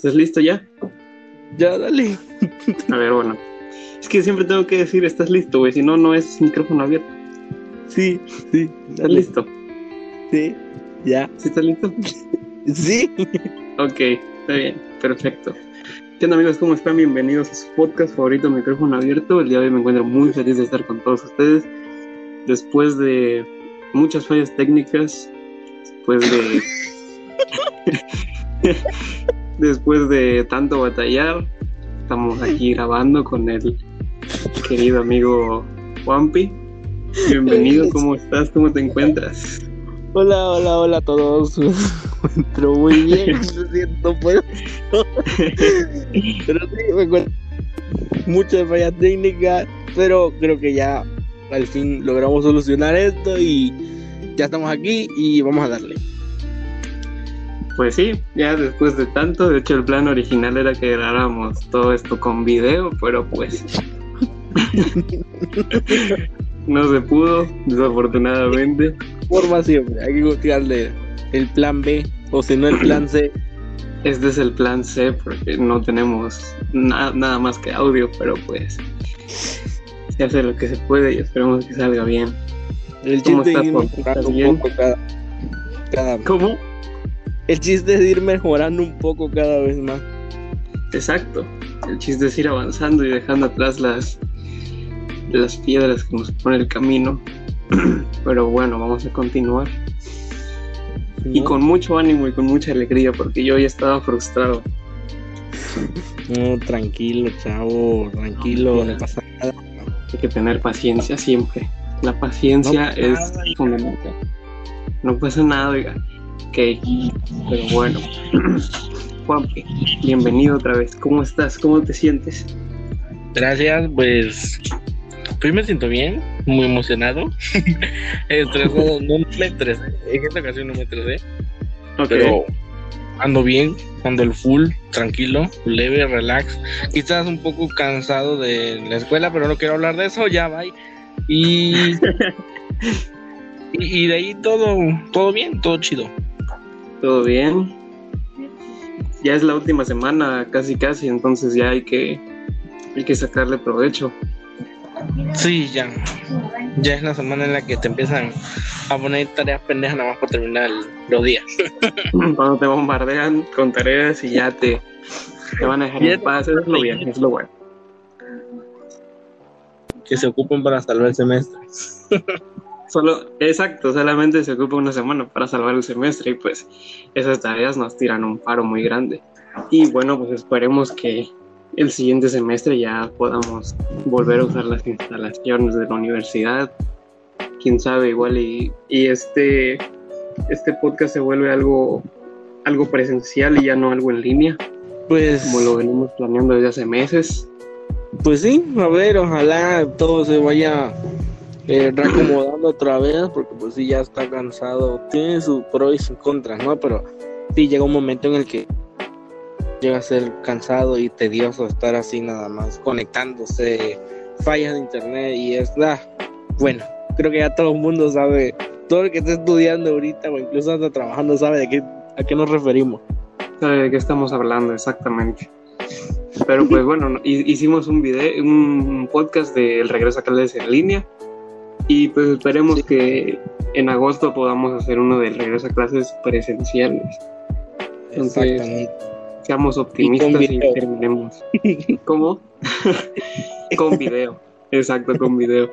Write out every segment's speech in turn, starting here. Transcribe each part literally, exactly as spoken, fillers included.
¿Estás listo ya? Ya, dale. A ver, bueno. Es que siempre tengo que decir, ¿estás listo, güey? Si no, no es micrófono abierto. Sí, sí. ¿Estás Dale. listo? Sí, ya. ¿Sí estás listo? Sí. Ok, está bien, perfecto. ¿Qué onda, amigos? ¿Cómo están? Bienvenidos a su podcast favorito, Micrófono Abierto. El día de hoy me encuentro muy feliz de estar con todos ustedes. Después de muchas fallas técnicas, después de... después de tanto batallar, estamos aquí grabando con el querido amigo Juanpi. Bienvenido, ¿cómo estás? ¿Cómo te encuentras? Hola, hola, hola a todos. Me encuentro muy bien, lo siento, puedo. Pero sí, me encuentro muchas fallas técnicas, pero creo que ya al fin logramos solucionar esto y ya estamos aquí y vamos a darle. Pues sí, ya después de tanto, de hecho el plan original era que grabáramos todo esto con video, pero pues no se pudo, desafortunadamente. Forma siempre, hay que buscarle el plan B, o si no el plan C. Este es el plan C porque no tenemos na- nada más que audio, pero pues se hace lo que se puede y esperemos que salga bien. El ¿Cómo chiste estás, es ir Juan? mejorando ¿Estás un bien? poco cada, cada ¿Cómo? El chiste es ir mejorando un poco cada vez más. Exacto. El chiste es ir avanzando y dejando atrás las, las piedras que nos pone el camino. Pero bueno, vamos a continuar. ¿No? Y con mucho ánimo y con mucha alegría, porque yo ya estaba frustrado. No, tranquilo, chavo, tranquilo, no pasa nada. Hay que tener paciencia siempre. La paciencia No pasa es nada, hija. fundamental. No pasa nada, oiga. Ok, pero bueno. Juanpi, bienvenido otra vez. ¿Cómo estás? ¿Cómo te sientes? Gracias, pues pues me siento bien, muy emocionado. Estresado, no me estresé, en esta ocasión no me estresé, Ok. pero ando bien, ando el full, tranquilo, leve, relax. Quizás un poco cansado de la escuela, pero no quiero hablar de eso, ya bye. Y, y, y de ahí todo, todo bien, todo chido. ¿Todo bien? Ya es la última semana, casi casi, entonces ya hay que, hay que sacarle provecho. Sí, ya. Ya es la semana en la que te empiezan a poner tareas pendejas nada más para terminar el- los días. Cuando te bombardean con tareas y ya te, te van a dejar en paz, eso es lo bien, es lo bueno. Que se ocupen para salvar el semestre. Solo, exacto, solamente se ocupa una semana para salvar el semestre y pues esas tareas nos tiran un paro muy grande. Y bueno, pues esperemos que el siguiente semestre ya podamos volver a usar las instalaciones de la universidad. Quién sabe, igual y, y este, este podcast se vuelve algo, algo presencial y ya no algo en línea, Pues, como lo venimos planeando desde hace meses. pues sí, a ver, ojalá todo se vaya eh, reacomodando otra vez, porque pues sí, ya está cansado. Tiene sus pros y sus contras, ¿no? Pero sí llega un momento en el que llega a ser cansado y tedioso estar así nada más conectándose, fallas de internet y es, ah, bueno, creo que ya todo el mundo sabe, todo el que está estudiando ahorita o incluso hasta trabajando sabe de qué, a qué nos referimos. ¿Sabe de qué estamos hablando exactamente? Pero pues bueno, hicimos un video, un podcast del regreso a clases en línea y pues esperemos sí. que en agosto podamos hacer uno del regreso a clases presenciales. Entonces, exactamente. Seamos optimistas y, y terminemos. ¿Cómo? Con video. Exacto, con video.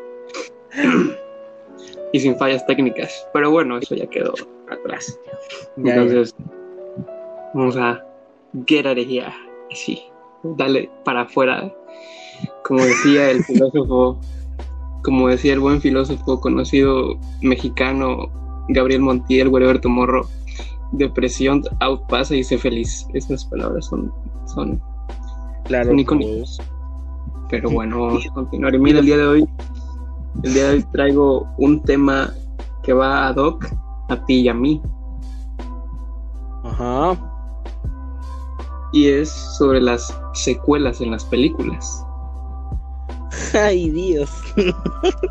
Y sin fallas técnicas. Pero bueno, eso ya quedó atrás. Ya, Entonces, ya. Vamos a get out of here. Así, dale para afuera. Como decía el filósofo, como decía el buen filósofo conocido mexicano Gabriel Montiel, Wherever Tomorrow, depresión out pasa y sé feliz. Estas palabras son son, claro, son icónicas. Pero bueno, vamos a continuar. Y mira, el día de hoy el día de hoy traigo un tema que va ad hoc a ti y a mí. Ajá. Y es sobre las secuelas en las películas. Ay, Dios.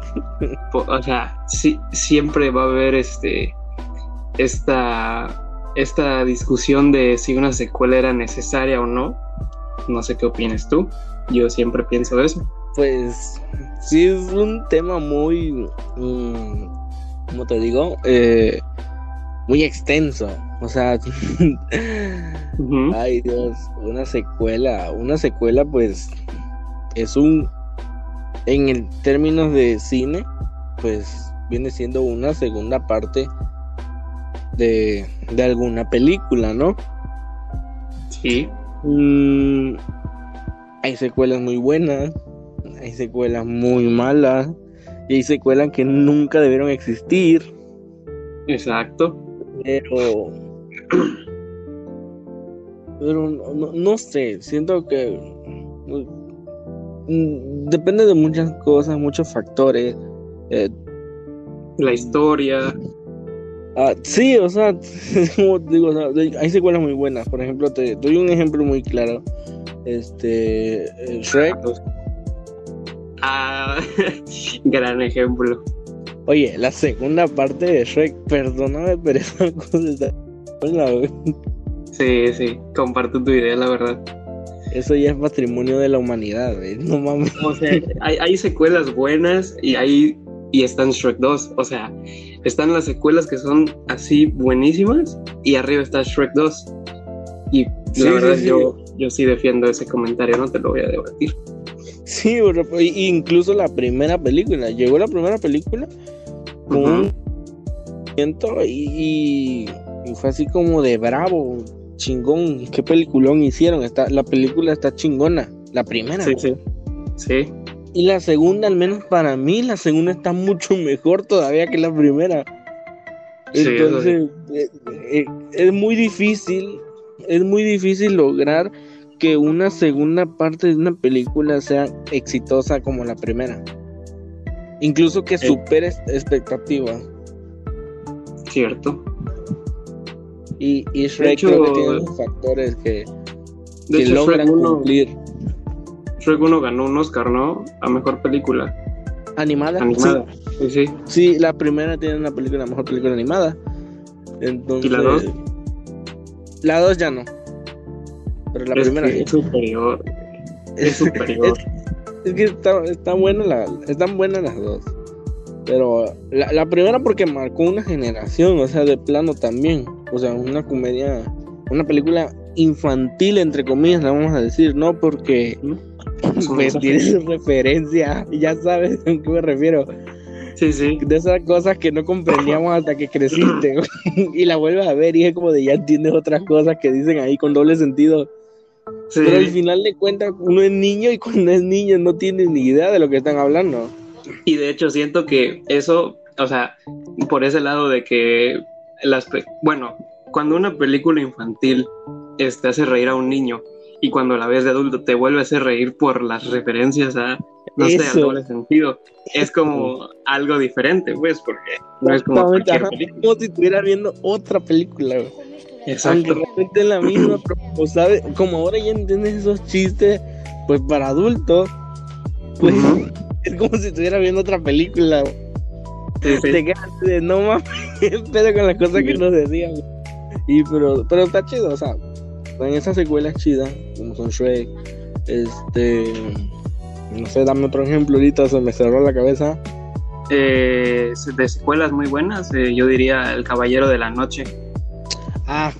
O sea, sí, siempre va a haber este esta esta discusión de si una secuela era necesaria o no. No sé qué opinas tú. Yo siempre pienso eso. Pues sí, es un tema muy, mm, ¿cómo te digo? Eh, muy extenso. O sea, uh-huh. Ay Dios, una secuela, una secuela pues es un, en el términos de cine, pues viene siendo una segunda parte de, de alguna película, ¿no? Sí. Mm, hay secuelas muy buenas, hay secuelas muy malas, y hay secuelas que nunca debieron existir. Exacto. Pero, pero no, no sé, siento que mm, depende de muchas cosas, muchos factores. Eh, La historia. Ah, sí, o sea, como digo, o sea, hay secuelas muy buenas. Por ejemplo, te doy un ejemplo muy claro. Este, eh, Shrek. Ah, gran ejemplo. Oye, la segunda parte de Shrek, perdóname, pero esa cosa está buena, güey. Sí, sí, comparto tu idea, la verdad. Eso ya es patrimonio de la humanidad, güey. No mames. O sea, hay, hay secuelas buenas y hay y están Shrek dos, o sea, están las secuelas que son así buenísimas y arriba está Shrek dos. Y sí, la verdad sí, sí. Yo, yo sí defiendo ese comentario, no te lo voy a debatir. Sí, bro, incluso la primera película, llegó la primera película con uh-huh. un y, y fue así como de bravo, chingón, qué peliculón hicieron, está, la película está chingona, la primera. Sí, sí, sí. Y la segunda, al menos para mí, la segunda está mucho mejor todavía que la primera. Entonces, sí, es, es, es muy difícil, es muy difícil lograr que una segunda parte de una película sea exitosa como la primera. Incluso que supere expectativas. Cierto. Y, y Shrek hecho, creo que tiene los factores que, de que hecho, logran Shrek uno, cumplir. Shrek uno ganó un Oscar, ¿no? A mejor película. Animada. Animada, sí, sí. Sí, sí, la primera tiene una película, mejor película animada. Entonces, ¿y la dos? La dos ya no. Pero la es primera que es superior. Es superior. es, es que está, está buena la, están buenas las dos. Pero la, la primera porque marcó una generación, o sea, de plano también. O sea, una comedia, una película infantil, entre comillas, la vamos a decir, ¿no? Porque pues tiene su referencia, ya sabes a qué me refiero. Sí, sí. De esas cosas que no comprendíamos hasta que creciste y la vuelves a ver y es como de ya entiendes otras cosas que dicen ahí con doble sentido. Sí. Pero al final de cuentas uno es niño y cuando es niño no tiene ni idea de lo que están hablando. Y de hecho siento que eso, o sea, por ese lado de que las, bueno, cuando una película infantil este, hace reír a un niño y cuando la ves de adulto te vuelve a hacer reír por las referencias a, no eso. sé, al doble sentido, es como algo diferente, pues, porque no es como cualquier película. Como si estuviera viendo otra película, güey. Exacto. Aunque realmente es la misma, pero como sabes, como ahora ya entiendes esos chistes, pues para adultos, pues uh-huh. es como si estuviera viendo otra película. Sí, sí. Te quedas de no mames, pero con las cosas sí. que nos decían. Y pero, pero está chido, o sea, en esas secuelas chidas, como son Shrek, este, no sé, dame otro ejemplo ahorita, se me cerró la cabeza. Eh, de secuelas muy buenas, eh, yo diría El Caballero de la Noche. Ah,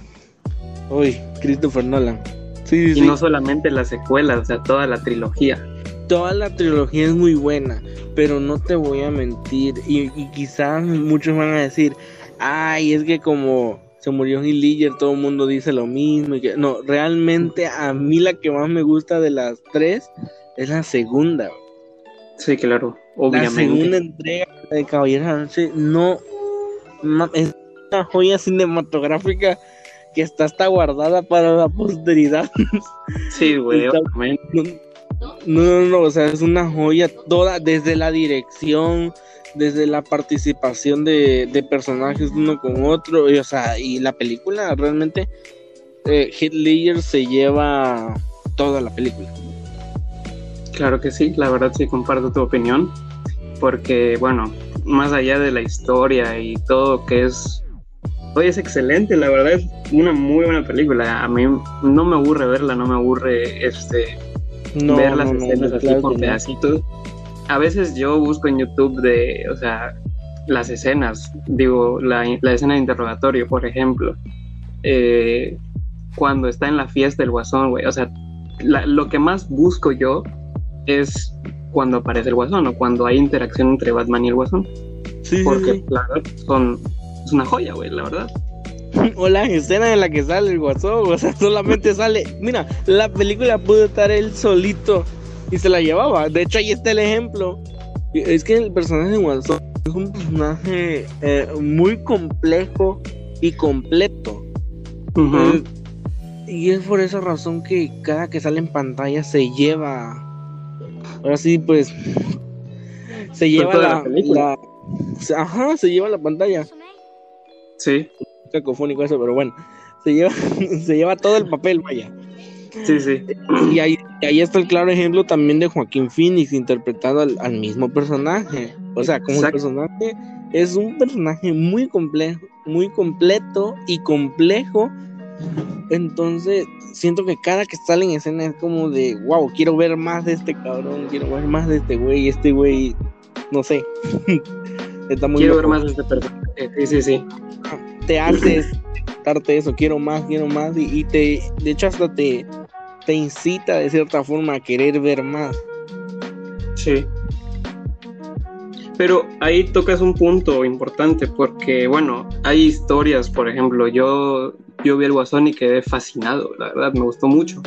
uy, Christopher Nolan. Sí, sí, y sí. no solamente las secuelas, o sea, toda la trilogía. Toda la trilogía es muy buena, pero no te voy a mentir, y, y quizás muchos van a decir, ay, es que como se murió Heath Ledger, todo el mundo dice lo mismo, y que no, realmente a mí la que más me gusta de las tres es la segunda. Sí, claro, obviamente. La segunda entrega de Caballero de la Noche, no, no es una joya cinematográfica que está hasta guardada para la posteridad. Sí, güey, obviamente. No, no, no, o sea, es una joya toda, desde la dirección, desde la participación de, de personajes uno con otro, y, o sea, y la película realmente, eh, Heath Ledger se lleva toda la película. Claro que sí, la verdad sí comparto tu opinión, porque bueno, más allá de la historia y todo que es Oye, es excelente, la verdad es una muy buena película. A mí no me aburre verla, no me aburre este No, ver las no, no, escenas no, así claro por que no. pedacitos. A veces yo busco en YouTube de, o sea, las escenas, digo, la, la escena de interrogatorio, por ejemplo, eh, cuando está en la fiesta el Guasón, güey, o sea, la, lo que más busco yo es cuando aparece el Guasón o cuando hay interacción entre Batman y el Guasón, Sí, porque sí, la verdad son, es una joya, güey, la verdad. sí. O la escena en la que sale el Guasón, o sea, solamente sale. Mira, la película pudo estar él solito y se la llevaba. De hecho, ahí está el ejemplo. Es que el personaje de Guasón es un personaje eh, muy complejo y completo. Uh-huh. Eh, y es por esa razón que cada que sale en pantalla se lleva. Ahora sí, pues. Se lleva toda la la, película. la. se- Ajá, se lleva la pantalla. Sí, Cacofónico eso, pero bueno. Se lleva, se lleva todo el papel, vaya. sí, sí. Y ahí, y ahí está el claro ejemplo también de Joaquín Phoenix interpretando al, al mismo personaje. O sea, como el Exacto. personaje es un personaje muy complejo, muy completo y complejo. Entonces, siento que cada que sale en escena es como de, wow, quiero ver más de este cabrón, quiero ver más de este güey, este güey, no sé. Está muy Quiero loco. ver más de este personaje. Sí, sí, sí. Te haces darte eso, quiero más, quiero más, y, y te, de hecho hasta te, te incita de cierta forma a querer ver más. Sí. Pero ahí tocas un punto importante porque, bueno, hay historias, por ejemplo, yo, yo vi el Guasón y quedé fascinado, la verdad, me gustó mucho.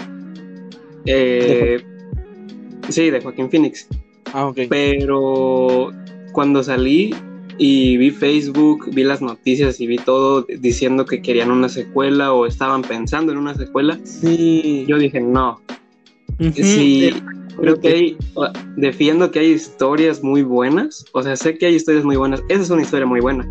Eh, sí, de Joaquín Phoenix. Ah, ok. Pero cuando salí y vi Facebook, vi las noticias y vi todo diciendo que querían una secuela o estaban pensando en una secuela, Sí. yo dije, no. Ujú. Sí, Eh, creo que hay, defiendo que hay historias muy buenas, o sea, sé que hay historias muy buenas, esa es una historia muy buena,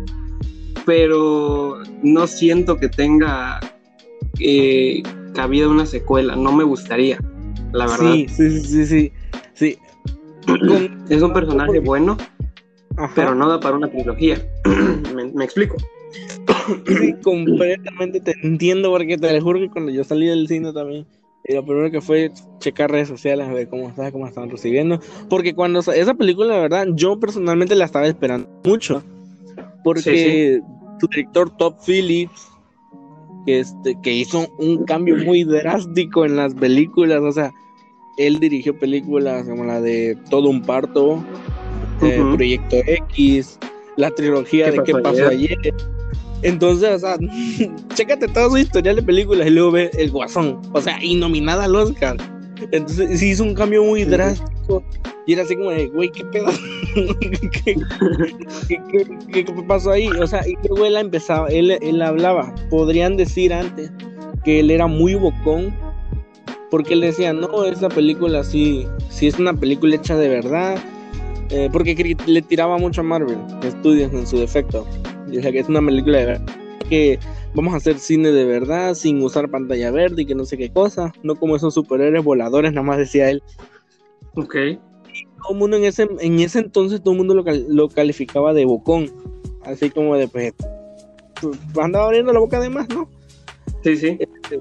pero no siento que tenga eh, cabida una secuela, no me gustaría, la verdad. Sí, sí, sí, sí, sí. Con- Es un personaje bueno, Ajá. pero no da para una trilogía. me, me explico. Sí, completamente te entiendo porque te lo juro que cuando yo salí del cine también, eh, lo primero que fue checar redes sociales a ver cómo estaba, cómo estaban recibiendo, porque cuando sa- esa película, la verdad, yo personalmente la estaba esperando mucho, porque su director Todd Phillips, que este, que hizo un cambio muy drástico en las películas, o sea, él dirigió películas como la de Todo un parto, eh, Ujú. Proyecto X, la trilogía ¿Qué de ¿Qué pasó pasó ayer? ayer? Entonces, o sea, chécate todo su historial de películas y luego ves El Guasón, o sea, y nominada al Oscar. Entonces, sí hizo un cambio muy Sí. drástico y era así como de, güey, ¿qué pedo? ¿Qué, qué, qué, qué- qué pasó ahí? O sea, y luego él empezaba, él, él hablaba, podrían decir antes que él era muy bocón, porque él decía, no, esa película sí, sí es una película hecha de verdad, eh, porque cri- le tiraba mucho a Marvel Studios en su defecto. Y decía que es una película de verdad, que vamos a hacer cine de verdad, sin usar pantalla verde y que no sé qué cosa, no como esos superhéroes voladores, nada más decía él. Ok. Todo el mundo en ese, en ese entonces, todo el mundo lo, cal- lo calificaba de bocón, así como de, pues, pues, andaba abriendo la boca de más, ¿no? Sí, sí.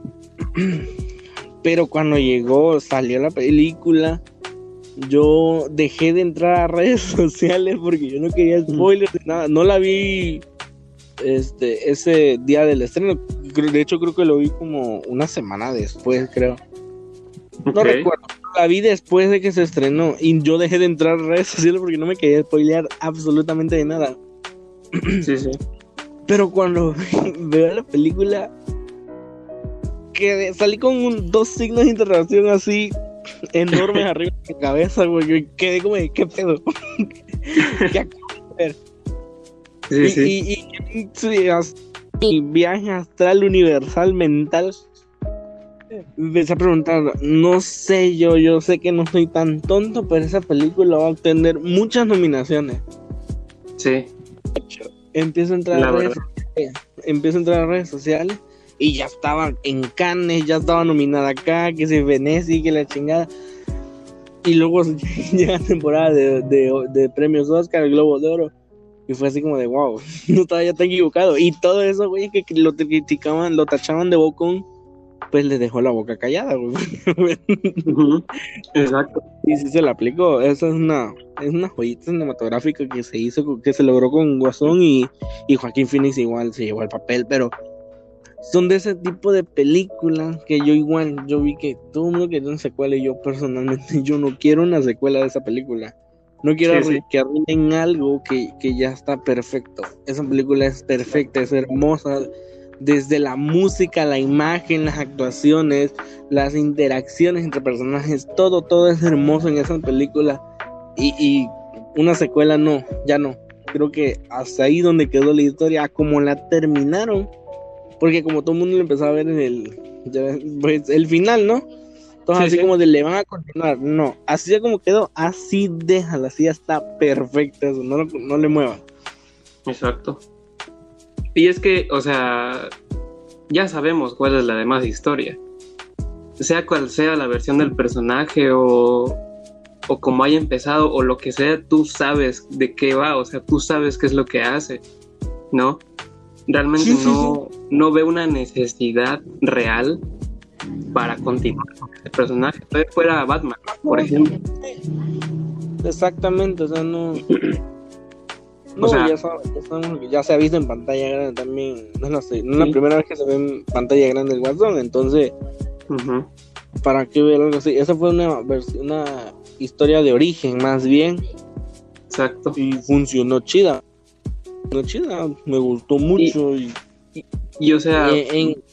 Pero cuando llegó, salió la película, yo dejé de entrar a redes sociales porque yo no quería spoilers de nada. No la vi este ese día del estreno. Creo- De hecho, creo que lo vi como una semana después, creo. No Ok. recuerdo. La vi después de que se estrenó y yo dejé de entrar a redes sociales porque no me quería spoilear absolutamente de nada. Sí, sí. Pero cuando veo la película, quedé, salí con un- dos signos de interrogación así enormes arriba de mi cabeza, güey. Yo quedé como de, ¿qué pedo? ¿Qué acabo de ver? Sí, Y, sí. y, y, sí, as- mi viaje astral universal mental, me empecé a preguntar, no sé yo, yo sé que no soy tan tonto, pero esa película va a obtener muchas nominaciones. Sí. Empiezo a entrar La a redes verdad. sociales, empiezo a entrar a redes sociales y ya estaba en Cannes, ya estaba nominada acá, que si Venecia, que la chingada. Y luego llega la temporada de, de, de premios Oscar, el Globo de Oro. Y fue así como de, wow, no estaba ya tan equivocado. Y todo eso, güey, que lo criticaban, lo tachaban de bocón, pues le dejó la boca callada, güey. Uh-huh. Exacto. Y sí se la aplicó. Esa es una, es una joyita cinematográfica que se hizo, que se logró con Guasón y, y Joaquín Phoenix igual se llevó el papel, pero son de ese tipo de películas que yo igual, yo vi que todo el mundo quería una secuela y yo personalmente, yo no quiero una secuela de esa película. No quiero Sí, sí. que arruinen algo que, que ya está perfecto. Esa película es perfecta, es hermosa. Desde la música, la imagen, las actuaciones, las interacciones entre personajes, todo, todo es hermoso en esa película. Y, y una secuela no, ya no. Creo que hasta ahí donde quedó la historia, como la terminaron. Porque como todo el mundo lo empezó a ver en el, ya, pues, el final, ¿no? Entonces, sí, así sí. Como de le van a continuar. No, así ya como quedó, así déjala, así ya está perfecto eso, no, no le muevan. Exacto. Y es que, o sea, ya sabemos cuál es la demás historia. Sea cual sea la versión del personaje o, o como haya empezado o lo que sea, tú sabes de qué va, o sea, tú sabes qué es lo que hace, ¿no? Realmente sí, no, sí, sí. no veo una necesidad real para continuar con este personaje. Entonces fuera Batman, por ejemplo. Exactamente, o sea, no... No, o sea, ya, sabemos, ya sabemos que ya se ha visto en pantalla grande también. No es la, no es la sí. primera vez que se ve en pantalla grande el Guasón, entonces, uh-huh. ¿para qué ver algo así? Esa fue una, una historia de origen, más bien. Exacto. Y funcionó chida. Funcionó chida, me gustó mucho. Y, y, y o sea, en, en...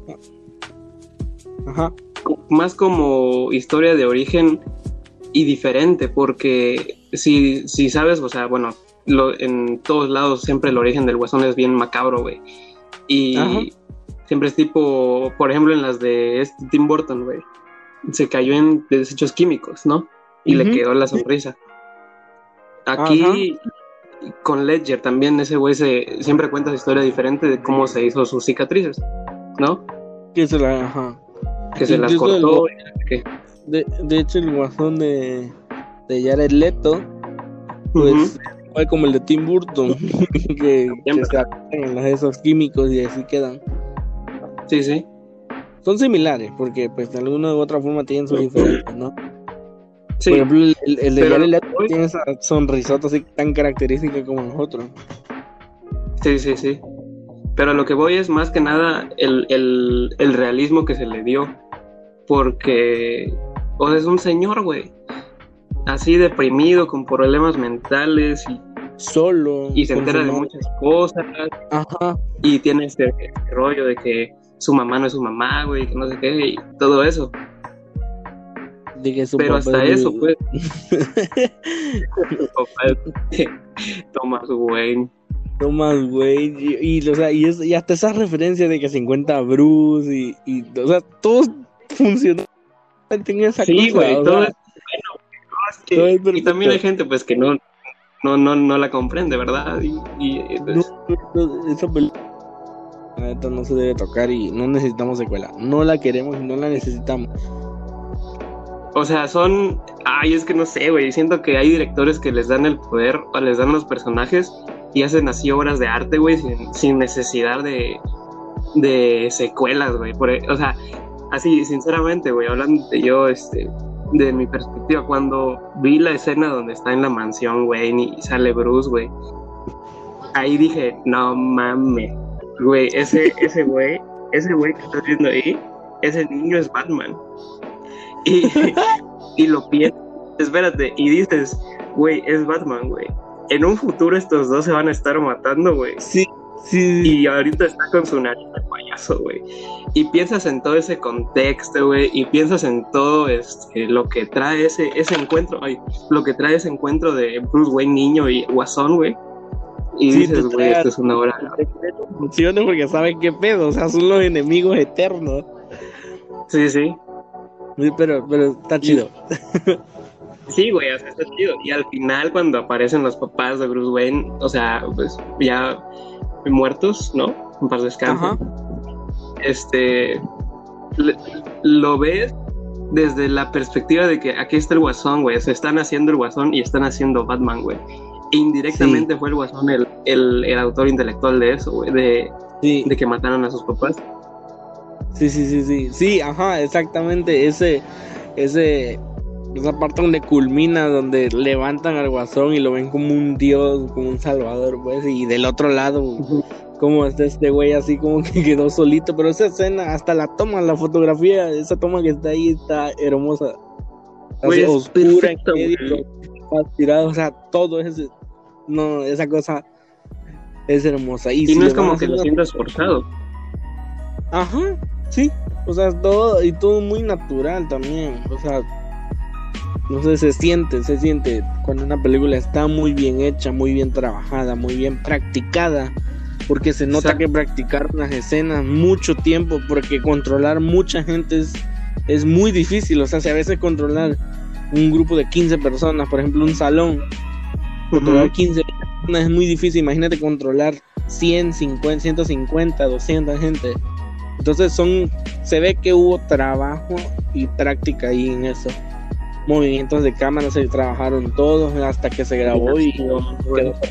Ajá. más como historia de origen y diferente, porque si, si sabes, o sea, bueno. Lo, en todos lados siempre el origen del Guasón es bien macabro, güey. Y Ajá. siempre es tipo, por ejemplo, en las de este Tim Burton, güey. Se cayó en desechos químicos, ¿no? Y uh-huh. le quedó la sonrisa. Aquí, Ajá. con Ledger también, ese güey se, siempre cuenta su historia diferente de cómo se hizo sus cicatrices, ¿no? Que se, la, ajá. que se las cortó. El, ¿qué? De, de hecho, el Guasón de, de Jared Leto, pues... Uh-huh. Fue como el de Tim Burton, que, que se apagan en los esos químicos y así quedan. Sí, sí. Son similares, porque pues de alguna u otra forma tienen sus diferencias, ¿no? Sí. Por ejemplo, el, el de Jared Leto tiene esa sonrisota así tan característica como nosotros. Sí, sí, sí. Pero lo que voy es más que nada el, el, el realismo que se le dio. Porque, o sea, es un señor, güey. Así deprimido, con problemas mentales y solo y se entera de muchas cosas. Ajá. Y tiene este, este rollo de que su mamá no es su mamá, güey, que no sé qué, y todo eso. De que su Pero hasta es... eso, pues. Su papá es Thomas Wayne. Thomas Wayne, y, y, o sea, y, es, y hasta esa referencia de que se encuentra Bruce, y, y o sea, todo funcionó. Tenía esa sí, cosa, güey, todo es Que, y también hay gente pues que no no no no la comprende, ¿verdad? Y, y pues... no, no, esa película no se debe tocar y no necesitamos secuela, no la queremos y no la necesitamos. O sea, son ay, es que no sé, güey, siento que hay directores que les dan el poder o les dan los personajes y hacen así obras de arte, güey, sin, sin necesidad de de secuelas, güey, por, o sea, así sinceramente, güey, hablando de yo este de mi perspectiva, cuando vi la escena donde está en la mansión, güey, y sale Bruce, güey, ahí dije, no mames, güey, ese ese güey, ese güey que estás viendo ahí, ese niño es Batman. Y, y lo piensas, espérate, y dices, güey, es Batman, güey. En un futuro estos dos se van a estar matando, güey. Sí. Sí. Y ahorita está con su nariz de payaso, güey. Y piensas en todo ese contexto, güey. Y piensas en todo este, lo que trae ese, ese encuentro. Ay, lo que trae ese encuentro de Bruce Wayne niño y Guasón, güey. Y sí, dices, güey, esto es una obra. Funciona porque saben qué pedo. O sea, son los enemigos eternos. Sí, sí. Sí, pero, pero está chido. Sí, güey, o sea, está chido. Y al final, cuando aparecen los papás de Bruce Wayne, o sea, pues ya muertos, ¿no? En paz descanse. Este, le, lo ves desde la perspectiva de que aquí está el Guasón, güey. Se están haciendo el Guasón y están haciendo Batman, güey. E indirectamente sí. fue el Guasón el, el, el autor intelectual de eso, güey, de, sí. de que mataron a sus papás. Sí, sí, sí, sí, sí, ajá, exactamente, ese, ese, esa parte donde culmina, donde levantan al Guasón y lo ven como un dios, como un salvador, pues, y del otro lado, uh-huh. como está este güey así como que quedó solito, pero esa escena, hasta la toma, la fotografía, esa toma que está ahí está hermosa, así, oscura, perfecto, en medio, tirado, o sea, todo ese, no, esa cosa es hermosa. Y, y si no es como que lo sientas forzado. Ajá, sí, o sea, todo, y todo muy natural también, o sea, no sé, se siente, se siente cuando una película está muy bien hecha, muy bien trabajada, muy bien practicada, porque se nota Exacto. que practicaron las escenas mucho tiempo, porque controlar mucha gente es, es muy difícil, o sea, si a veces controlar un grupo de quince personas, por ejemplo, un salón, controlar uh-huh. quince personas es muy difícil, imagínate controlar cien, cincuenta, ciento cincuenta, doscientas gente. Entonces son, se ve que hubo trabajo y práctica ahí en eso. Movimientos de cámara se trabajaron todos hasta que se grabó y quedó perfecto.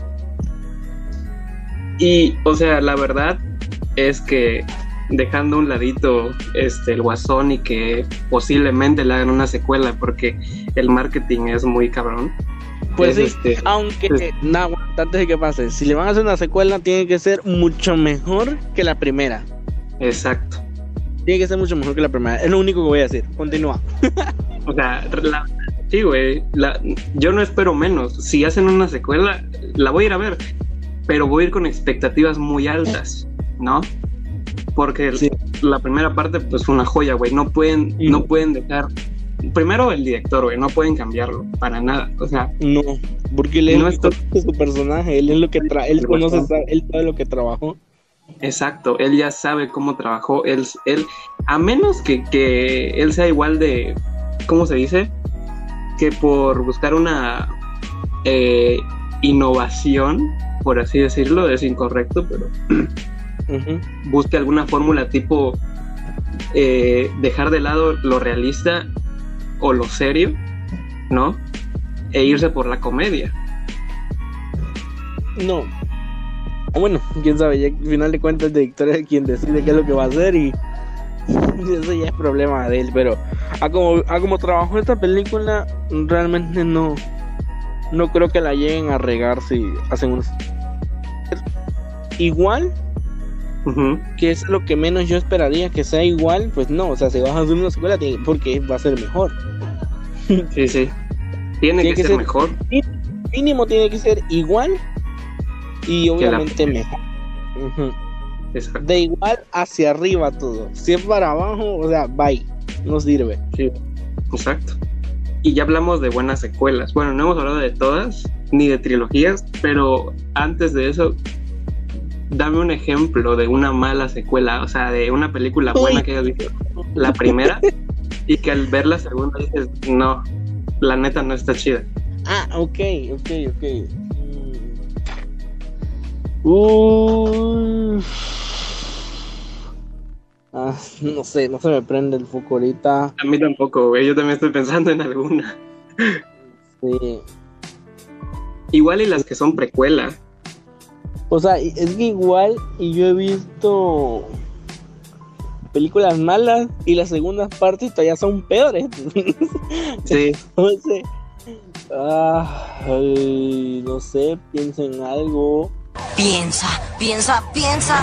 Y, o sea, la verdad es que dejando a un ladito este el Guasón y que posiblemente le hagan una secuela porque el marketing es muy cabrón. Pues sí, este, aunque es, no, antes de que pase, si le van a hacer una secuela tiene que ser mucho mejor que la primera. Exacto. Tiene que ser mucho mejor que la primera. Es lo único que voy a decir. Continúa. O sea, la, sí, güey. La, yo no espero menos. Si hacen una secuela, la voy a ir a ver. Pero voy a ir con expectativas muy altas, ¿no? Porque sí. la primera parte, pues, fue una joya, güey. No pueden, sí. no pueden dejar. Primero, el director, güey. No pueden cambiarlo. Para nada. O sea. No. Porque él no es to- su personaje. Él es lo que tra- Él conoce. Sabe, él sabe lo que trabajó. Exacto, él ya sabe cómo trabajó, él, él a menos que, que él sea igual de, ¿cómo se dice? Que por buscar una eh, innovación, por así decirlo, es incorrecto, pero uh-huh. busque alguna fórmula tipo eh, dejar de lado lo realista o lo serio, ¿no? E irse por la comedia. No. Bueno, quién sabe, ya al final de cuentas el director es quien decide qué es lo que va a hacer y eso ya es problema de él, pero a como, a como trabajó esta película, realmente no no creo que la lleguen a regar si hacen un igual, uh-huh. que es lo que menos yo esperaría que sea igual, pues no, o sea, si vas a hacer una secuela porque va a ser mejor. Sí, sí, tiene, tiene que, que ser, ser mejor. Mínimo tiene que ser igual. Y obviamente la... mejor. Uh-huh. De igual hacia arriba todo. Si es para abajo, o sea, bye. No sirve. Sí, exacto. Y ya hablamos de buenas secuelas. Bueno, no hemos hablado de todas, ni de trilogías, pero antes de eso, dame un ejemplo de una mala secuela, o sea, de una película buena que hayas visto. La primera, y que al ver la segunda dices, no, la neta no está chida. Ah, ok, ok, ok. Uh, ah, no sé, no se me prende el foco ahorita. A mí tampoco, güey, yo también estoy pensando en alguna. Sí. Igual y las que son precuela. O sea, es que igual y yo he visto películas malas y las segundas partes todavía son peores. Sí. Entonces, ah, ay, no sé, pienso en algo. Piensa, piensa, piensa.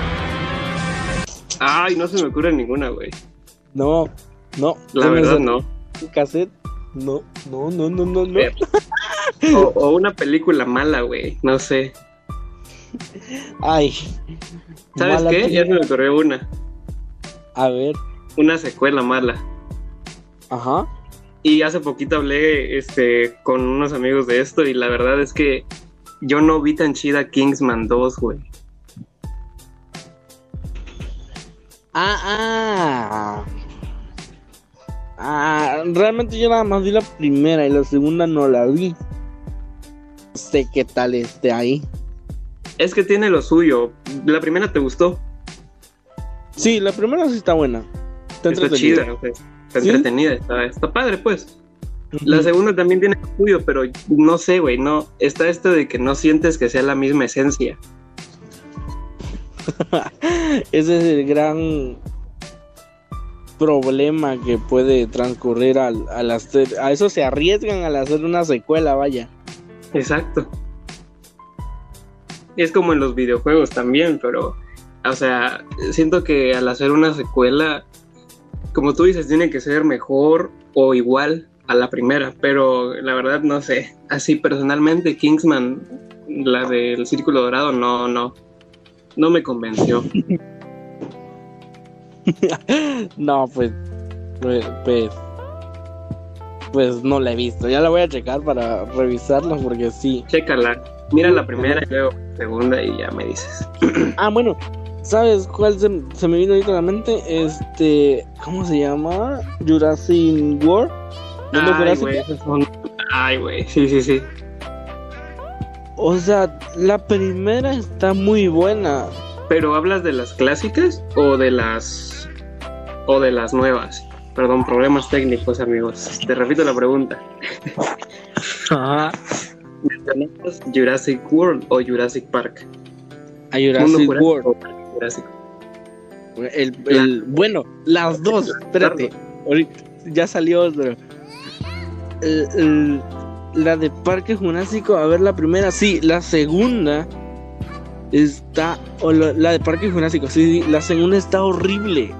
Ay, no se me ocurre ninguna, güey. No, no. La verdad, no. Cassette, no, no, no, no, no, no. O, o una película mala, güey, no sé. Ay. ¿Sabes qué? Película. Ya se me ocurrió una. A ver. Una secuela mala. Ajá. Y hace poquito hablé este, con unos amigos de esto y la verdad es que yo no vi tan chida Kingsman dos, güey. Ah, ah. Ah, realmente yo nada más vi la primera y la segunda no la vi. No sé qué tal esté ahí. Es que tiene lo suyo. ¿La primera te gustó? Sí, la primera sí está buena. Está, está chida, o sea, está ¿sí? entretenida, está, está padre, pues. La segunda también tiene estudio, pero no sé, güey, no, está esto de que no sientes que sea la misma esencia. Ese es el gran problema que puede transcurrir al, al hacer, a eso se arriesgan al hacer una secuela, vaya. Exacto. Es como en los videojuegos también, pero, o sea, siento que al hacer una secuela, como tú dices, tiene que ser mejor o igual a la primera, pero la verdad no sé. Así personalmente, Kingsman, la del Círculo Dorado, no, no, no me convenció. No, pues, pues, pues, pues no la he visto. Ya la voy a checar para revisarla porque sí. Chécala, mira la primera y luego la segunda y ya me dices. Ah, bueno, ¿sabes cuál se, se me vino ahorita a la mente? Este, ¿cómo se llama? Jurassic World. ¿Mundo Ay, Jurásico? güey, esos son... Ay, güey, sí, sí, sí. O sea, la primera está muy buena. ¿Pero hablas de las clásicas o de las o de las nuevas? Perdón, problemas técnicos, amigos. Te repito la pregunta. Ajá. ¿Mencionamos Jurassic World o Jurassic Park? A Jurassic World. O Jurassic. El, el, bueno, las dos. Espérate. Ahorita ya salió otro. El, el, la de Parque Jurásico, a ver, la primera, sí. La segunda está, o la, la de Parque Jurásico, sí, la segunda está horrible.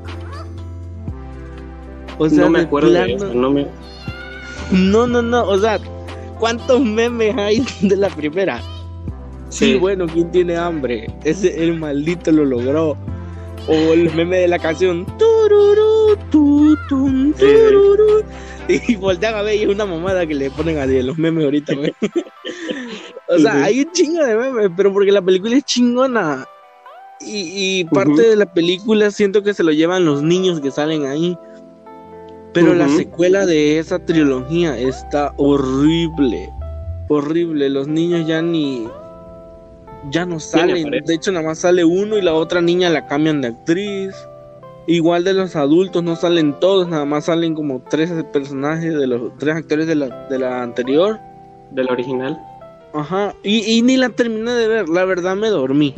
O sea, no me de acuerdo plano, de eso, no me... No, no, no, o sea, ¿cuántos memes hay de la primera? Sí, Sí. bueno, ¿quién tiene hambre? Ese, el maldito lo logró. O el meme de la canción tururú, tu, tum, tururú. Y voltean a ver y es una mamada que le ponen a los memes ahorita, güey. O sea, Uh-huh. hay un chingo de memes, pero porque la película es chingona. Y, y parte Uh-huh. de la película siento que se lo llevan los niños que salen ahí. Pero la Uh-huh. secuela de esa trilogía está horrible. Horrible. Los niños ya ni... Ya no salen. aparece. De hecho, nada más sale uno y la otra niña la cambian de actriz. Igual de los adultos, no salen todos. Nada más salen como tres personajes de los tres actores de la, de la anterior. Del original. Ajá. Y, y ni la terminé de ver. La verdad me dormí.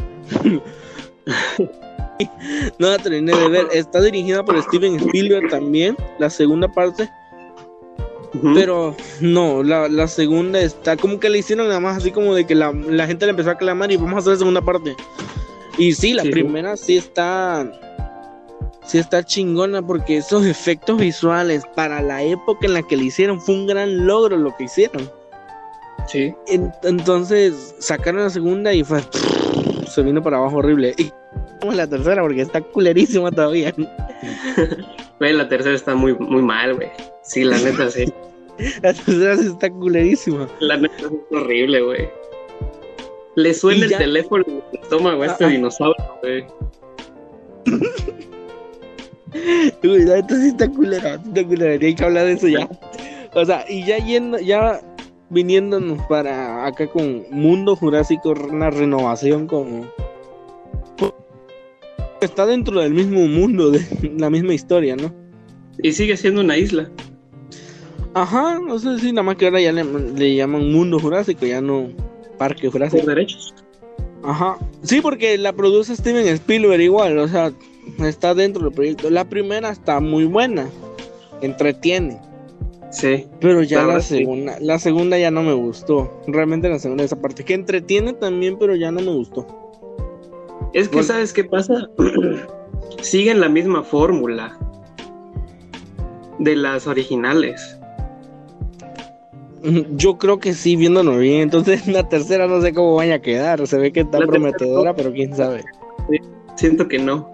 No la terminé de ver. Está dirigida por Steven Spielberg también. La segunda parte. Uh-huh. Pero no, la, la segunda está como que le hicieron nada más así como de que la, la gente le empezó a clamar y vamos a hacer la segunda parte. Y sí, la Sí, sí. primera sí está sí está chingona porque esos efectos visuales para la época en la que le hicieron fue un gran logro lo que hicieron. Sí. En- entonces sacaron la segunda y fue se vino para abajo horrible. Y vamos a la tercera porque está culerísima todavía. Güey, la tercera está muy, muy mal, güey. Sí, la neta, sí. La tercera sí está culerísima. La neta es horrible, güey. Le suena Y el ya- teléfono en el estómago a este Ah, ah. dinosaurio, güey. Uy, la neta sí está culera, sí está culera, hay que hablar de eso ya. O sea, y ya yendo, ya viniéndonos para acá con Mundo Jurásico, una renovación como... Está dentro del mismo mundo, de la misma historia, ¿no? Y sigue siendo una isla. Ajá, no sé si nada más que ahora ya le, le llaman Mundo Jurásico, ya no Parque Por Jurásico. derechos. Ajá, sí, porque la produce Steven Spielberg igual, o sea, está dentro del proyecto. La primera está muy buena, entretiene. Sí. Pero ya La la, verdad, sí. segunda, la segunda ya no me gustó. Realmente la segunda esa parte que entretiene también, pero ya no me gustó. Es que, Bueno. ¿sabes qué pasa? Siguen la misma fórmula de las originales. Yo creo que sí, viéndolo bien. Entonces la tercera no sé cómo vaya a quedar. Se ve que está La prometedora, tercera- pero quién sabe. Siento que no.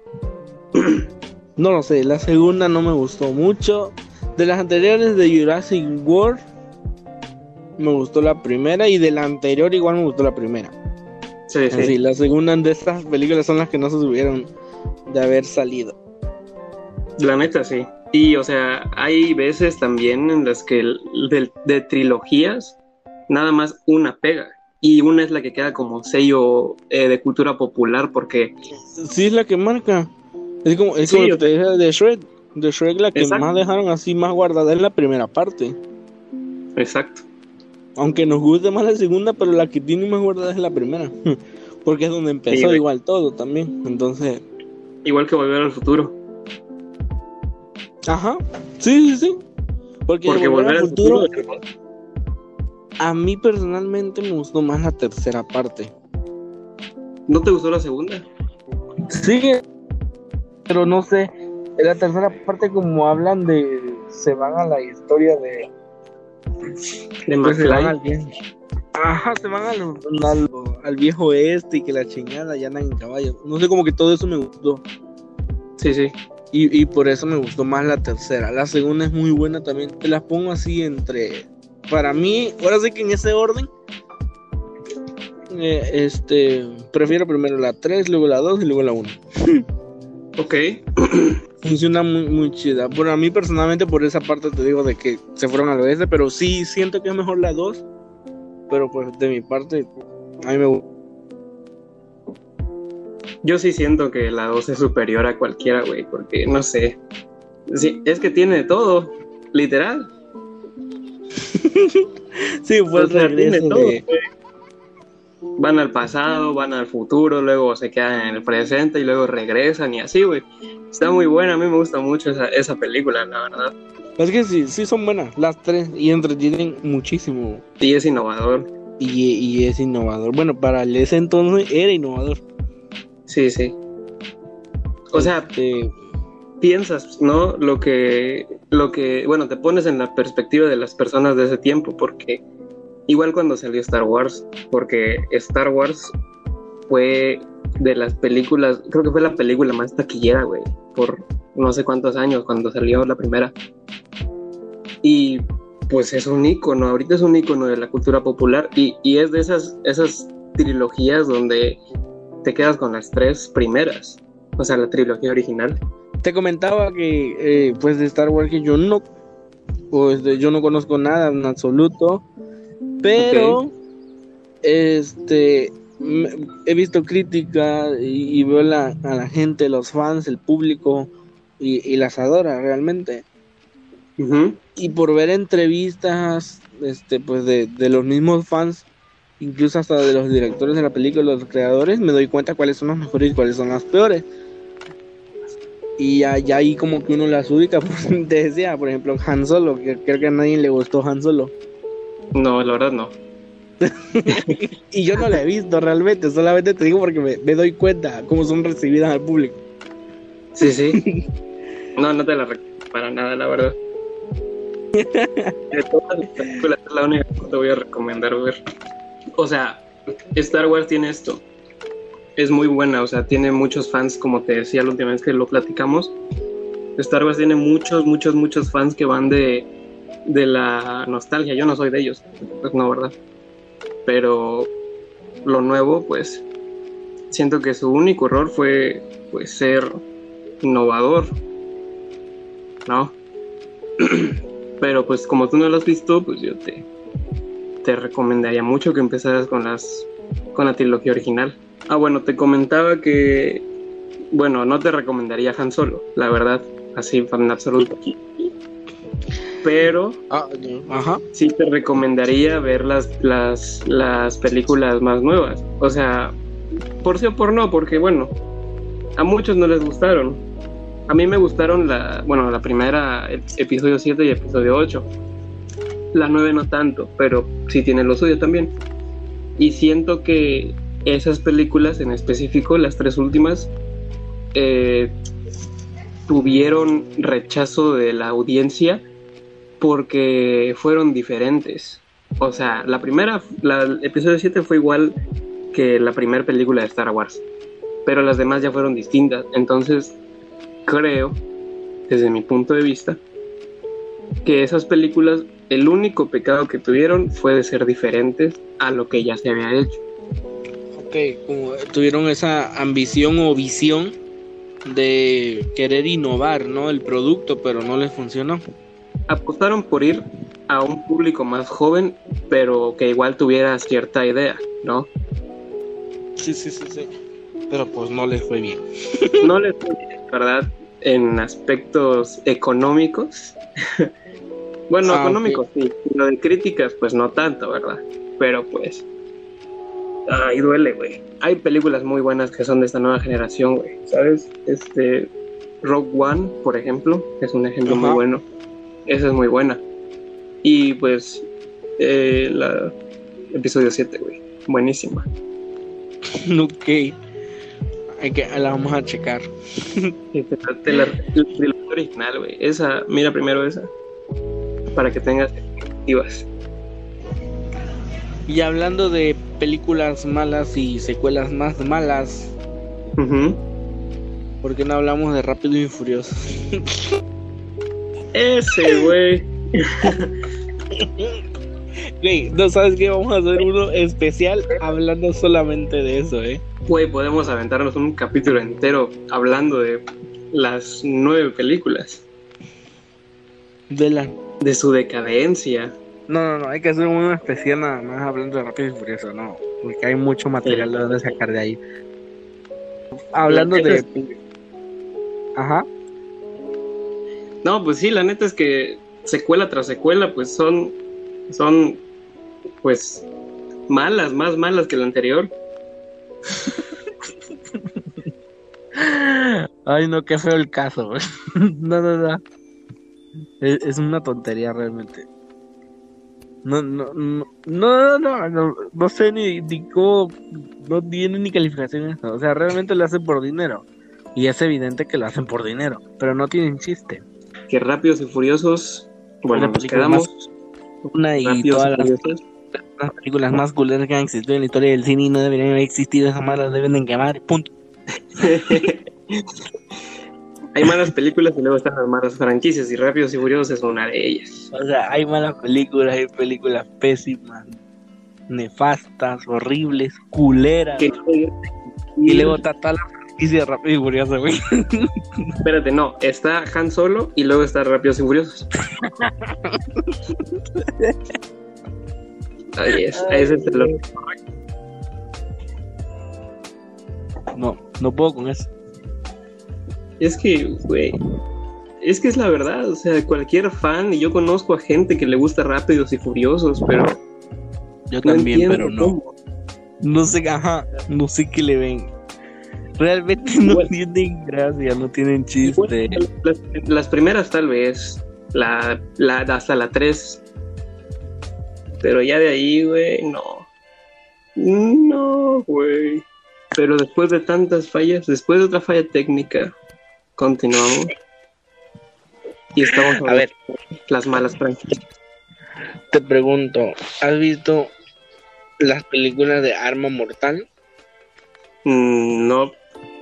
No lo sé, la segunda no me gustó mucho. De las anteriores de Jurassic World me gustó la primera, y de la anterior igual me gustó la primera. Sí, sí. Así, la segunda de estas películas son las que no se tuvieron de haber salido. La neta, sí. Y, o sea, hay veces también en las que el- de, de trilogías, nada más una pega. Y una es la que queda como sello eh, de cultura popular, porque Sí, es la que marca. Es como, es Sí, como o te dije de Shrek. De Shrek la que Exacto. más dejaron así más guardada es la primera parte. Exacto. Aunque nos guste más la segunda, pero la que tiene más guardada es la primera. Porque es donde empezó Sí, güey. igual todo también. Entonces, Igual que Volver al Futuro. ajá. Sí, sí, sí. Porque, Porque de Volver al futuro, a mí personalmente me gustó más la tercera parte. ¿No te gustó la segunda? Sí, pero no sé. En la tercera parte, como hablan de. Se van a la historia de. De Pues se van McFly. al viejo. Ajá, se van al, al, al viejo este y que la chingada ya andan en caballo. No sé, como que todo eso me gustó. Sí, sí. Y, y por eso me gustó más la tercera. La segunda es muy buena también. Te las pongo así entre. Para mí, ahora sí que en ese orden. eh, este. Prefiero primero la tres, luego la dos y luego la uno. Ok. Funciona muy, muy chida. Bueno, a mí personalmente por esa parte te digo de que se fueron al oeste, pero sí siento que es mejor la dos. Pero pues de mi parte, a mí me gusta. Yo sí siento que la dos es superior a cualquiera, güey, porque no sé. Sí, es que tiene de todo, literal. Sí, fue O el sea, tiene regreso todo, de... güey. Van al pasado, van al futuro, luego se quedan en el presente y luego regresan y así, güey. Está muy buena, a mí me gusta mucho esa, esa película, la verdad. Es que sí, sí son buenas las tres y entretienen muchísimo. Y es innovador. Y, y es innovador. Bueno, para el ese entonces era innovador. Sí, sí. O sea, Este, piensas, ¿no? Lo que, lo que, bueno, te pones en la perspectiva de las personas de ese tiempo, porque igual cuando salió Star Wars, porque Star Wars fue de las películas, creo que fue la película más taquillera, güey, por no sé cuántos años cuando salió la primera. Y pues es un ícono, ahorita es un ícono de la cultura popular y, y es de esas, esas trilogías donde te quedas con las tres primeras, o sea, la trilogía original. te comentaba que eh, pues de Star Wars que yo no pues de, yo no conozco nada en absoluto, pero Ok. este me- he visto críticas y, y veo la, a la gente, los fans, el público y, y las adora realmente. Ujú. Y por ver entrevistas este pues de, de los mismos fans, incluso hasta de los directores de la película, los creadores, me doy cuenta cuáles son las mejores y cuáles son las peores. Y ya, ya ahí como que uno las ubica. Pues, te decía, por ejemplo, Han Solo, que creo que a nadie le gustó Han Solo. No, la verdad no. Y yo no la he visto realmente, solamente te digo porque me, me doy cuenta cómo son recibidas al público. Sí, sí. No, no te la recomiendo para nada, la verdad. De todas las películas es la única que te voy a recomendar ver. O sea, Star Wars tiene esto. Es muy buena, o sea, tiene muchos fans, como te decía la última vez que lo platicamos. Star Wars tiene muchos, muchos, muchos fans que van de, de la nostalgia. Yo no soy de ellos, pues no, ¿verdad? Pero lo nuevo, pues, siento que su único error fue, pues, ser innovador, ¿no? Pero, pues, como tú no lo has visto, pues yo te, te recomendaría mucho que empezaras con las, con la trilogía original. Ah, bueno, te comentaba que, bueno, no te recomendaría Han Solo, la verdad, así en absoluto. Pero Ah, ajá. sí te recomendaría ver las, las, las películas más nuevas. O sea, por sí o por no, porque bueno, a muchos no les gustaron. A mí me gustaron la, bueno, la primera, el episodio siete y episodio ocho. La nueve no tanto, pero sí tiene lo suyo también. Y siento que esas películas en específico, las tres últimas, eh, tuvieron rechazo de la audiencia porque fueron diferentes. O sea, la primera, la, el episodio siete fue igual que la primera película de Star Wars, pero las demás ya fueron distintas. Entonces, creo, desde mi punto de vista, que esas películas, el único pecado que tuvieron fue de ser diferentes a lo que ya se había hecho. Ok, como tuvieron esa ambición o visión de querer innovar, ¿no? El producto, pero no les funcionó. Apostaron por ir a un público más joven, pero que igual tuviera cierta idea, ¿no? Sí, sí, sí, sí. Pero pues no les fue bien. No les fue bien, ¿verdad? en aspectos económicos. Bueno, Ah, económicos sí, lo de críticas pues no tanto, ¿verdad? Pero pues, ay, duele, güey. Hay películas muy buenas que son de esta nueva generación, güey, ¿sabes? Este, Rogue One, por ejemplo, es un ejemplo Ajá. muy bueno. Esa es muy buena. Y pues, eh, la episodio siete, güey, buenísima. Ok. Hay que, la vamos a checar. Y te- te la, la trilogía original, güey, esa, mira primero esa, para que tengas expectativas. Y hablando de películas malas y secuelas más malas, Ujú. ¿por qué no hablamos de Rápido y Furioso? Ese, güey. Güey, no sabes qué, vamos a hacer uno especial hablando solamente de eso, ¿eh? Güey, podemos aventarnos un capítulo entero hablando de las nueve películas, De la... de su decadencia. No, no, no, hay que hacer uno especial nada más hablando de Rápido y Furioso, no, porque hay mucho material de donde sacar de ahí. Hablando La neta de... es- Ajá. No, pues sí, la neta es que secuela tras secuela, pues son, son, pues, malas, más malas que la anterior. Ay, no, qué feo el caso, güey. No, no, no. Es, es una tontería realmente. No, no, no, no, no, no, no sé ni, ni cómo, no tiene ni calificación eso. O sea, realmente lo hacen por dinero. Y es evidente que lo hacen por dinero, pero no tienen chiste. Que Rápidos y Furiosos, bueno, Una nos película quedamos Una y Rápidos todas y las, Furiosos. las películas más culeras que han existido en la historia del cine y no deberían haber existido, esas malas deben de quemar, punto. Hay malas películas y luego están las malas franquicias y Rápidos y Furiosos es una de ellas. O sea, hay malas películas, hay películas pésimas, nefastas, horribles, culeras. Que- Y luego está toda la franquicia de Rápido y Furioso, güey. Espérate, no, está Han Solo y luego está Rápidos y Furiosos. Ahí es, ese es el No, no puedo con eso. Es que, güey, es que es la verdad, o sea, cualquier fan, y yo conozco a gente que le gusta Rápidos y Furiosos, pero Yo no también, entiendo pero no. cómo. No sé, ajá, no sé qué le ven. Realmente no Bueno. tienen gracia, no tienen chiste. Las, las primeras tal vez, la, la, hasta la tres, pero ya de ahí, güey, no. No, güey. Pero después de tantas fallas, después de otra falla técnica, continuamos. Y estamos A ver, las malas franquicias. te pregunto, ¿has visto las películas de Arma Mortal? Mm, no.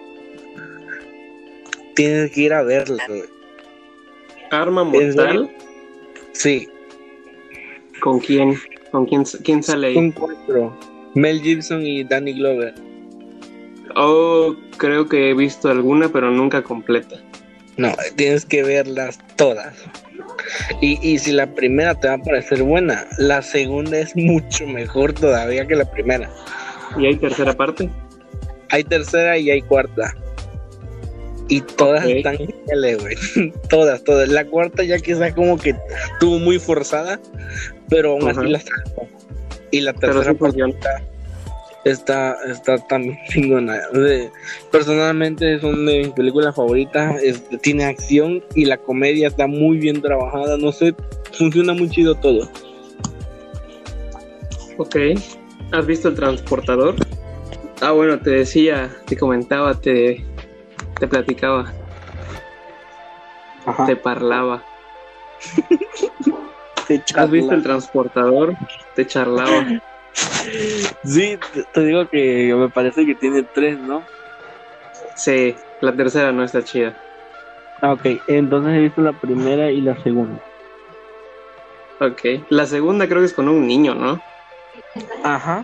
Tienes que ir a verlas, güey. Arma ¿En mortal. Sí, ¿Con quién? ¿Con quién, quién sale ahí? son cuatro. Mel Gibson y Danny Glover. Oh, creo que he visto alguna, pero nunca completa. No, tienes que verlas todas. Y, y si la primera te va a parecer buena, la segunda es mucho mejor todavía que la primera. ¿Y hay tercera parte? Hay tercera y hay cuarta. Y todas Ok. están geniales, güey. Todas, todas. La cuarta ya quizás como que estuvo muy forzada, pero aún Ajá. así la sacó. Y la Pero tercera sí funciona. está, está tan chingona. O sea, personalmente es una de mis películas favoritas. Es- tiene acción y la comedia está muy bien trabajada. No sé, funciona muy chido todo. Ok. ¿Has visto El Transportador? Ah, bueno, te decía, te comentaba, te, te platicaba, Ajá. te parlaba. Te ¿Has visto El charla. Transportador? Te charlaba. Sí, te, te digo que me parece que tiene tres, ¿no? Sí, la tercera no está chida. Ah, ok. Entonces he visto la primera y la segunda. Ok. La segunda creo que es con un niño, ¿no? Ajá.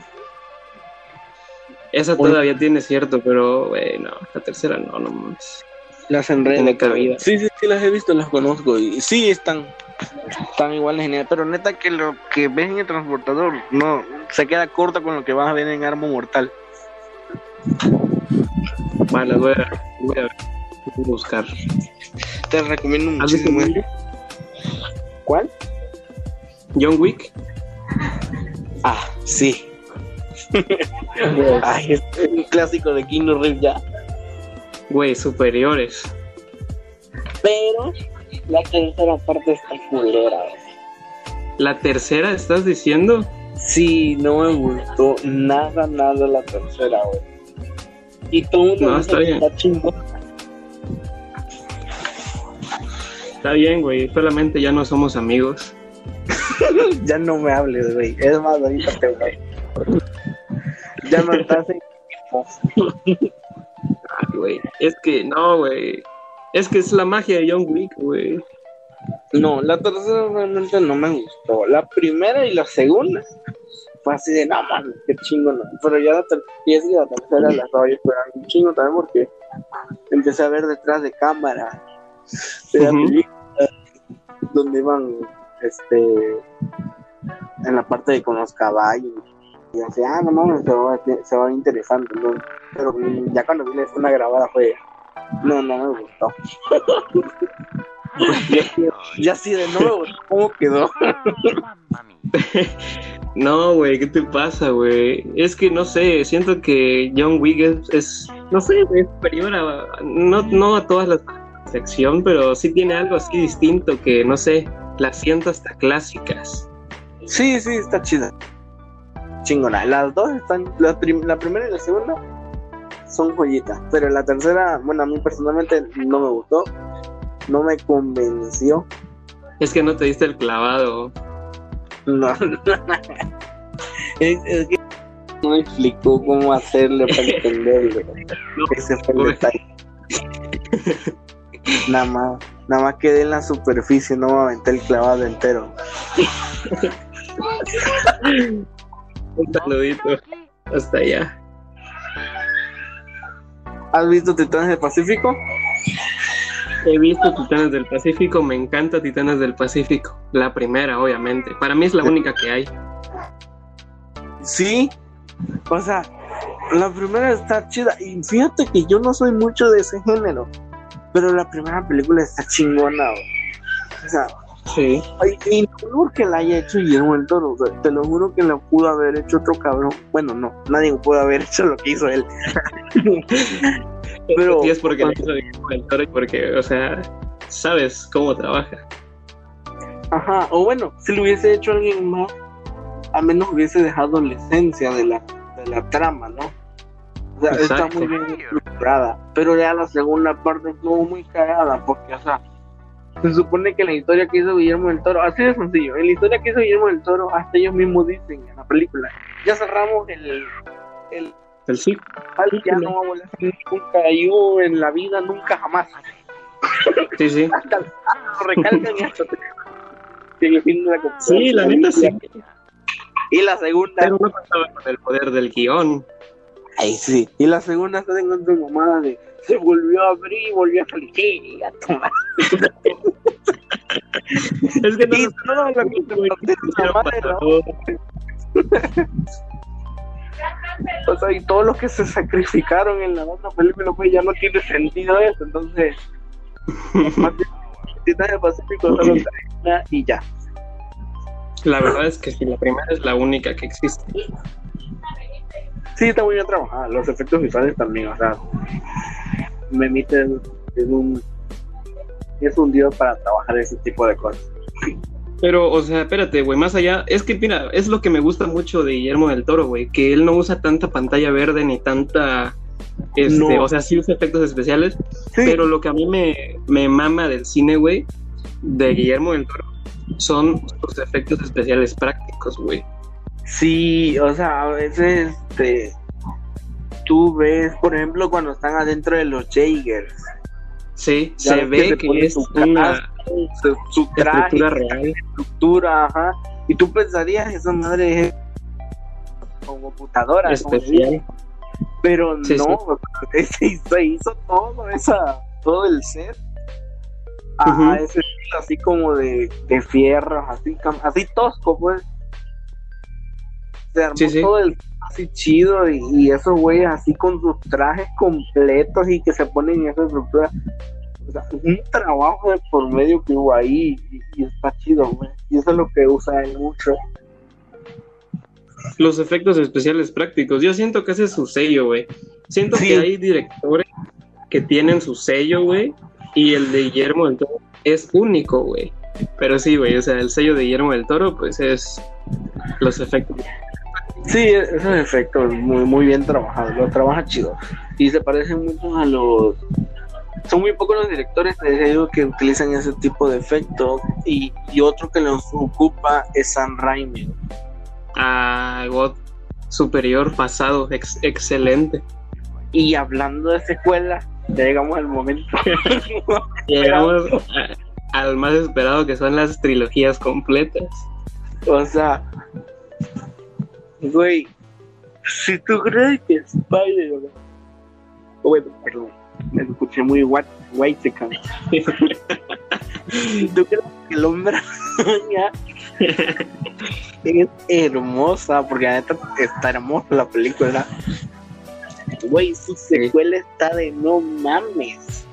Esa Bueno. todavía tiene cierto, pero, güey, no, la tercera no, no mames. Las enredo. Tiene cabida. Sí, sí, sí, las he visto, las conozco. Y sí, están, están igual de genial. Pero neta que lo que ves en El Transportador no se queda corto con lo que vas a ver en Arma Mortal. Vale, las voy a, voy a buscar. Te recomiendo ¿Has visto muchísimo. John Wick? ¿Cuál? John Wick. Ah, sí. Ay, es un clásico de Keanu Reeves ya. Güey, superiores. Pero la tercera parte está culera. ¿La tercera estás diciendo? Sí, no me gustó nada, nada la tercera, güey. Y todo el mundo No, dice está que bien. está chingón. Está bien, güey. Solamente ya no somos amigos. Ya no me hables, güey. Es más, ahorita te voy. Ya no estás en Ay, güey. Es que, no, güey. Es que es la magia de John Wick, güey. No, la tercera realmente no me gustó. La primera y la segunda fue así de, no mames, qué chingo, no. Pero ya la, ter- y es que la tercera la estaba yo esperando un chingo también porque empecé a ver detrás de cámara de la Ujú. película donde iban este en la parte de con los caballos y así, ah, no mames, se va, se va interesante, ¿no? Pero mm, ya cuando vi la escena grabada fue, no, no me gustó. ya, ya así de no me gustó, ¿cómo quedó? No, güey, ¿qué te pasa, güey? Es que no sé, siento que John Wick es, es no sé, güey, es superior a, no, no a todas las sección, pero sí tiene algo así distinto que, no sé, las siento hasta clásicas. Sí, sí, está chida. Chingona. Las dos están, la, prim- la primera y la segunda son joyitas, pero la tercera, bueno, a mí personalmente no me gustó, no me convenció. Es que no te diste el clavado. No, es, es que no me explicó cómo hacerle para entenderlo. Ese fue el güey. detalle. Nada más, nada más quedé en la superficie, no me aventé el clavado entero. Un saludito hasta allá. ¿Has visto Titanes del Pacífico? He visto Titanes del Pacífico, me encanta Titanes del Pacífico. La primera, obviamente. Para mí es la única que hay. Sí, o sea, la primera está chida. Y fíjate que yo no soy mucho de ese género, pero la primera película está chingona, güey. O sea, Sí. ay, y no porque la haya hecho Guillermo del Toro, o sea, te lo juro que la pudo haber hecho otro cabrón. Bueno, no, nadie pudo haber hecho lo que hizo él. Pero Sí, es porque la hizo Guillermo del Toro y porque, o sea, sabes cómo trabaja. ajá, o bueno, si lo hubiese hecho alguien más, al menos hubiese dejado la esencia de la, de la trama, ¿no? O sea, Exacto. está muy bien estructurada, pero ya la segunda parte estuvo muy cagada, porque, o sea, se supone que la historia que hizo Guillermo del Toro, así de sencillo, en la historia que hizo Guillermo del Toro, hasta ellos mismos dicen en la película, ya cerramos el, el, El sí. el ya no va a volver a ser nunca, y hubo en la vida nunca jamás. Sí, sí. Hasta lo recalcan y hasta te- que el fin de la Sí, la neta sí. Y la segunda, Pero no contaba con el poder del guión. ay sí, y la segunda se encontró mamada de se volvió a abrir y volvió a salir. Sí, a tomar. Es que no Y lo no, la güey, la madre, ¿no? O sea, y todos los que se sacrificaron en la otra película, pues ya no tiene sentido eso. Entonces, Titanes del Pacífico solo trae una y ya. La verdad es que sí, la primera es la única que existe. Sí, está muy bien trabajada. Los efectos visuales también, o sea, me emiten en un. Es un dios para trabajar ese tipo de cosas. Pero, o sea, espérate, güey, más allá, es que, mira, es lo que me gusta mucho de Guillermo del Toro, güey, que él no usa tanta pantalla verde ni tanta, este, No. o sea, sí usa efectos especiales, Sí. pero lo que a mí me, me mama del cine, güey, de Guillermo del Toro, son sus efectos especiales prácticos, güey. Sí, o sea, a veces este, tú ves, por ejemplo, cuando están adentro de los Jaegers, Sí, ya se ves ve se que pone es su una casco, su, su traje, estructura real. estructura, ajá, y tú pensarías esa madre es como computadora, Especial. como- pero Sí, no, se hizo, se hizo todo esa, todo el set a Ujú. ese estilo así como de, de fierros, así, cam- así tosco, pues. Se armó Sí, sí. todo el así chido y, y esos güeyes así con sus trajes completos y que se ponen en esa estructura. O sea, un trabajo de por medio que hubo ahí y, y está chido, güey. Y eso es lo que usa él mucho. Los efectos especiales prácticos, yo siento que ese es su sello, güey. Siento Sí. que hay directores que tienen su sello, güey, y el de Guillermo del Toro es único, güey. Pero sí, güey, o sea, el sello de Guillermo del Toro, pues es los efectos. Sí, esos efectos muy, muy bien trabajados, lo trabaja chido. Y se parecen mucho a los... Son muy pocos los directores, te decía yo, que utilizan ese tipo de efectos. Y, y otro que los ocupa es Sam Raimi. Ah, God, superior, pasado, ex- excelente. Y hablando de secuelas, ya llegamos al momento. Llegamos a- al más esperado, que son las trilogías completas. O sea, güey, si tú crees que Spider-Man... Oh, bueno, perdón, me escuché muy white, white Si tú crees que el hombre araña es hermosa, porque la neta está hermosa la película. Güey, su secuela está de no mames.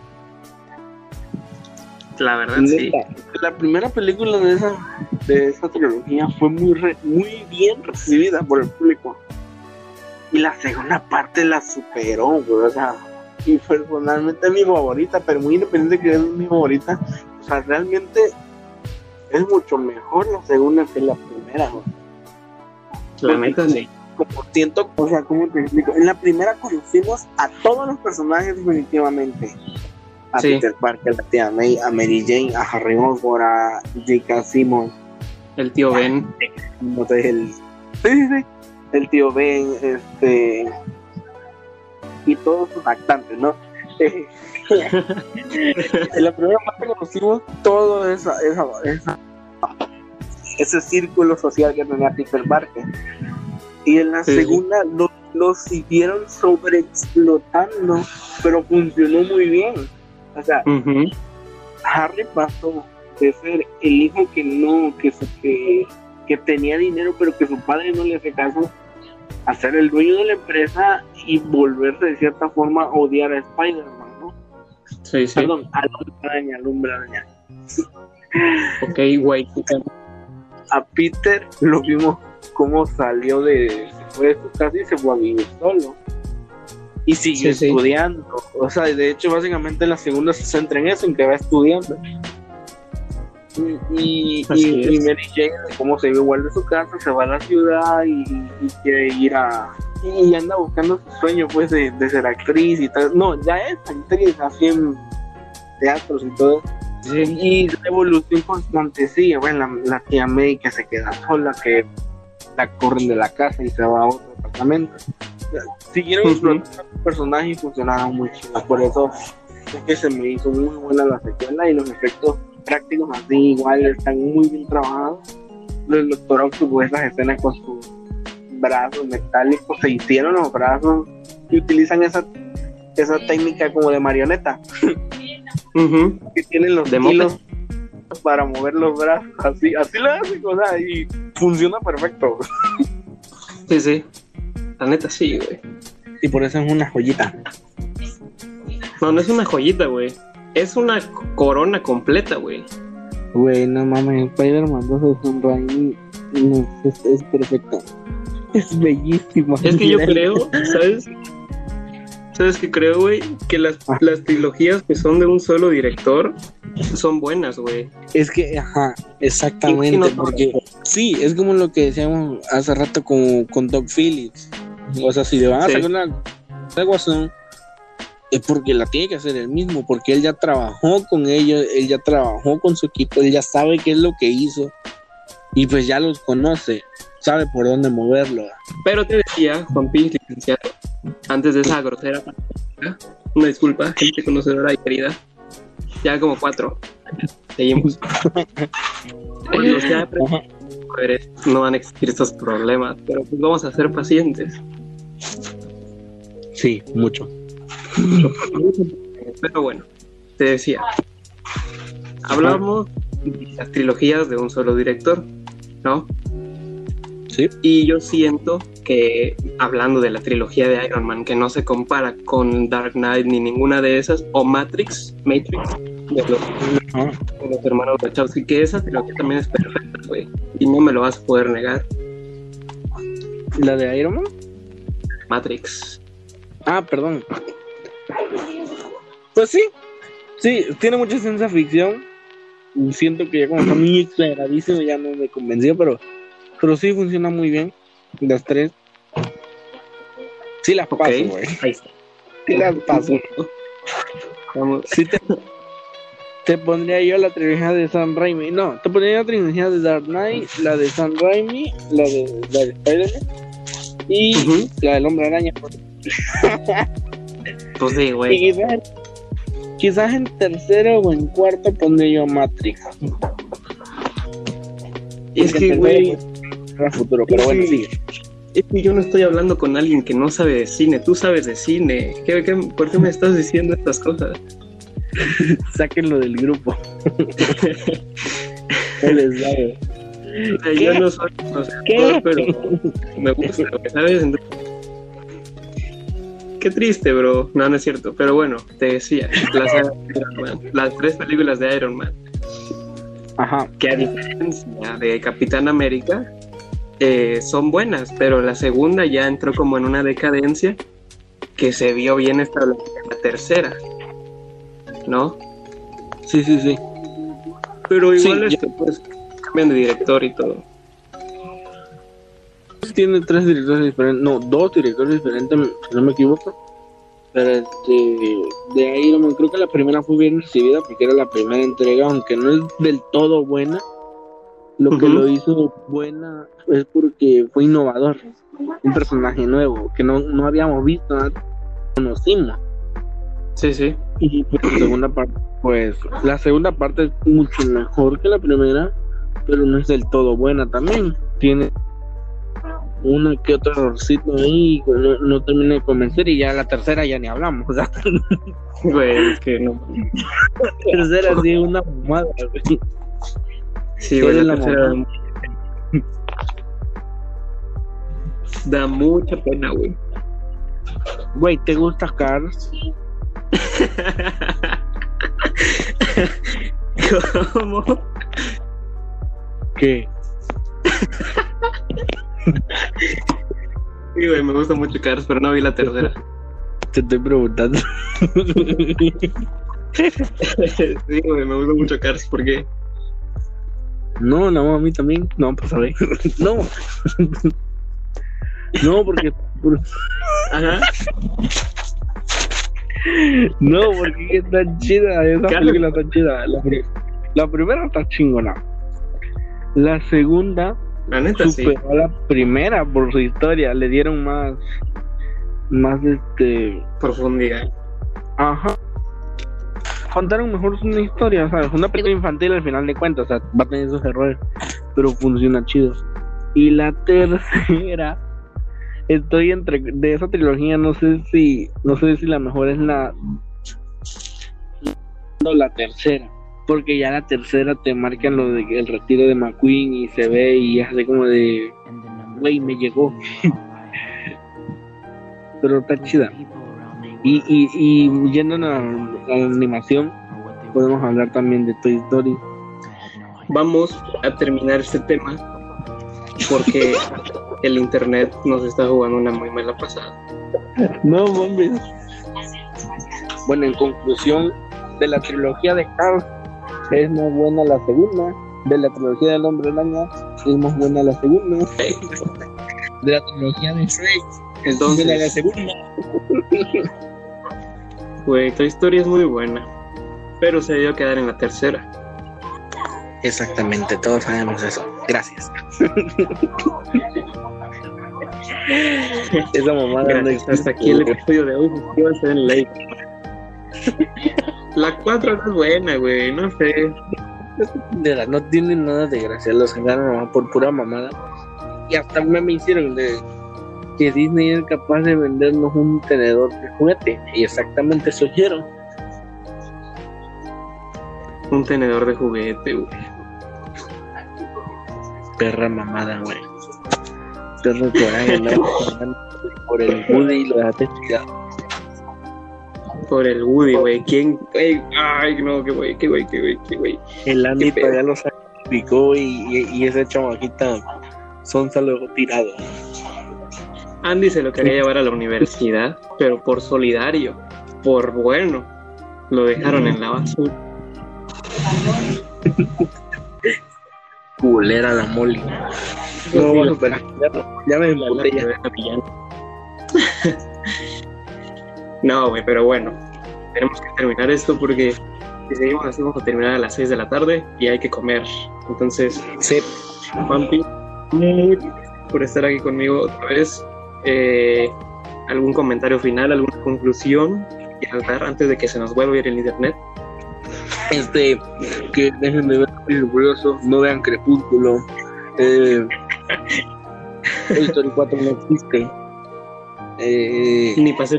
La verdad, sí. Neta, la primera película de esa de esa trilogía fue muy re- muy bien recibida por el público. Y la segunda parte la superó, güey. O sea, y personalmente es mi favorita, pero muy independiente que es mi favorita. O sea, realmente es mucho mejor la segunda que la primera, güey. La neta, sí. Como siento, o sea, ¿cómo te explico? En la primera conocimos a todos los personajes definitivamente. A Sí. Peter Parker, a tía May, a Mary Jane, a Harry Osborn, a J K. Simmons, El tío Ben. no sé, el... Sí, sí, sí. El tío Ben, este... y todos sus actantes, ¿no? En la primera parte conocimos todo esa, esa, esa, ese círculo social que tenía Peter Parker. Y en la Sí, segunda lo, lo siguieron sobreexplotando, pero funcionó muy bien. O sea, Ujú. Harry pasó de ser el hijo que no, que, su- que, que tenía dinero, pero que su padre no le hace caso, a ser el dueño de la empresa y volverse de cierta forma a odiar a Spider-Man, ¿no? Sí, sí. Perdón, al hombre araña, al hombre araña. Ok, güey. A Peter lo vimos cómo salió de, se fue de su casa y se fue a vivir solo. Y siguió Sí, sí. estudiando. O sea, de hecho, básicamente la segunda se centra en eso, en que va estudiando. Y, y, Así y, es. y Mary Jane, como se ve igual de su casa, se va a la ciudad y, y quiere ir a... Y anda buscando su sueño, pues, de, de ser actriz y tal. No, ya es actriz, así en teatros y todo. Sí. Y la evolución constante, sí, bueno, la, la tía May que se queda sola, que la corren de la casa y se va a otro departamento. O sea, siguieron Ujú. explotando los personajes y funcionaban muy chido. Por eso es que se me hizo muy buena la secuela y los efectos prácticos así igual están muy bien trabajados. El Doctor Octopus, esas escenas con sus brazos metálicos, se hicieron los brazos y utilizan esa, esa técnica como de marioneta. Ujú. Que tienen los De hilos para mover los brazos, así, así lo hacen, o sea, y funciona perfecto. Sí, sí. La neta, sí, güey. Y por eso es una joyita. No, no es una joyita, güey. Es una corona completa, güey. Güey, no mames, Spider-Man dos de Sam Raimi no, es, es perfecto. Es bellísimo. Es que yo creo, ¿sabes? ¿Sabes qué creo, güey? Que las, las trilogías que son de un solo director son buenas, güey. Es que, ajá, exactamente, Y- y no- porque sí, es como lo que decíamos hace rato con, con Doug Phillips. O sea, si le van a Sí. sacar una una Guasón, es porque la tiene que hacer él mismo, porque él ya trabajó con ellos, él ya trabajó con su equipo, él ya sabe qué es lo que hizo y pues ya los conoce, sabe por dónde moverlo. Pero te decía, Juan Pi, licenciado, antes de esa grosera palabra, una disculpa, gente conocedora y querida. Ya como cuatro. Seguimos. Por los ya mujeres no van a existir estos problemas, pero pues vamos a ser pacientes. Sí, mucho. Pero bueno, te decía, hablamos de las trilogías de un solo director, ¿no? Sí. Y yo siento que, hablando de la trilogía de Iron Man, que no se compara con Dark Knight ni ninguna de esas, o Matrix, Matrix, de los, de los hermanos Wachowski, que esa trilogía también es perfecta, güey, y no me lo vas a poder negar. ¿La de Iron Man? Matrix. Ah, perdón. Pues sí, sí, tiene mucha ciencia ficción. Siento que ya como está muy exageradísimo ya no me convenció, pero, pero sí funciona muy bien. Las tres. Sí las paso, Ok, güey. ahí está. Sí las paso. Vamos. Sí te, te pondría yo la trilogía de Sam Raimi. No, te pondría la trilogía de Dark Knight, la de Sam Raimi, la de, la de Spider-Man y Ujú. la del Hombre Araña. Pues sí, güey. Y quizás, quizás en tercero o en cuarto pondría yo Matrix. Es Porque que, en güey, tercero, para futuro, pero bueno, sigue. es que yo no estoy hablando con alguien que no sabe de cine. Tú sabes de cine. ¿Qué, qué, por qué me estás diciendo estas cosas? Sáquenlo del grupo. No les sabe. O sea, yo no soy conocedor, pero me gusta, ¿sabes? Entonces, qué triste, bro. No, no es cierto. Pero bueno, te decía, la saga de Iron Man, las tres películas de Iron Man, Ajá. que a diferencia de Capitán América, eh, son buenas, pero la segunda ya entró como en una decadencia que se vio bien establecida en la tercera, ¿no? Sí, sí, sí. Pero igual Sí, esto, pues, cambian de director y todo. Tiene tres directores diferentes, no, dos directores diferentes, si no me equivoco. Pero este, de Iron Man, creo que la primera fue bien recibida porque era la primera entrega, aunque no es del todo buena. Lo que Ujú. lo hizo buena es porque fue innovador, un personaje nuevo que no, no habíamos visto, no conocimos. Sí, sí. Y pues, la segunda parte, pues la segunda parte es mucho mejor que la primera, pero no es del todo buena también. Tiene una que otro errorcito ahí, no, no termina de convencer, y ya la tercera ya ni hablamos. O sea, Güey, es que no. la tercera sí es una fumada, güey. Sí, güey, Es la la tercera mamá. da mucha pena, güey. Güey, ¿te gusta Cars? ¿Cómo? ¿Qué? Sí, güey, me gusta mucho Cars, pero no vi la tercera. Te estoy preguntando. Sí, güey, me gusta mucho Cars, ¿por qué? No, no, a mí también. No, pues a ver. No. No, porque. por- Ajá. No, porque es tan chida. Esa Claro. película está chida. La, pri- la primera está chingona. La segunda La neta, sí. superó a la primera por su historia. Le dieron más. Más este. Profundidad. Ajá. Contaron mejor una historia, ¿sabes? Una película infantil al final de cuentas, o sea, va a tener esos errores, pero funciona chido. Y la tercera, estoy entre de esa trilogía, no sé si, no sé si la mejor es la, no, la tercera, porque ya la tercera te marcan lo de el retiro de McQueen y se ve y hace como de, güey, me llegó. Pero está chida. Y, y, y yendo a la, a la animación, podemos hablar también de Toy Story. Vamos a terminar este tema porque el internet nos está jugando una muy mala pasada. No, hombre. Bueno, en conclusión, de la trilogía de Cars es más buena la segunda. De la trilogía del Hombre Araña es más buena la segunda. De la trilogía de Shrek es buena la Entonces, segunda. güey, Toy Story es muy buena, pero se debió quedar en la tercera. Exactamente, todos sabemos eso. Gracias. Esa mamada no Gracias. existe. Hasta aquí el episodio de hoy. Suscríbanse, den like. La cuatro no es buena, güey, no sé. De no tiene nada de gracia, los ganaron nomás por pura mamada. Y hasta un meme hicieron de que Disney es capaz de vendernos un tenedor de juguete. Y exactamente eso hicieron. Un tenedor de juguete, güey. Perra mamada, güey. Perro coraje, ¿no? Por el Woody y lo dejaste tirado. Por el Woody, güey. ¿Quién? Ey, ay, no, qué güey, qué güey, qué güey, qué güey. El Andy Qué todavía lo sacrificó y, y, y ese chamaquita Sonsa lo dejó tirado. Andy se lo quería llevar a la universidad, pero por solidario, por bueno, lo dejaron en la basura. Culera la Molly. No, bueno, pero ya, ya me emboté ya. No, güey, pero bueno, tenemos que terminar esto porque si seguimos así vamos a terminar a las seis de la tarde y hay que comer. Entonces, Sí. Juanpi, muchas gracias por estar aquí conmigo otra vez. Eh, ¿Algún comentario final, alguna conclusión que quieras dar antes de que se nos vuelva a ir el internet? Este, que dejen de ver Rápido y Furioso, no vean Crepúsculo. Eh, Toy Story cuatro no existe. Eh, Ni pasé.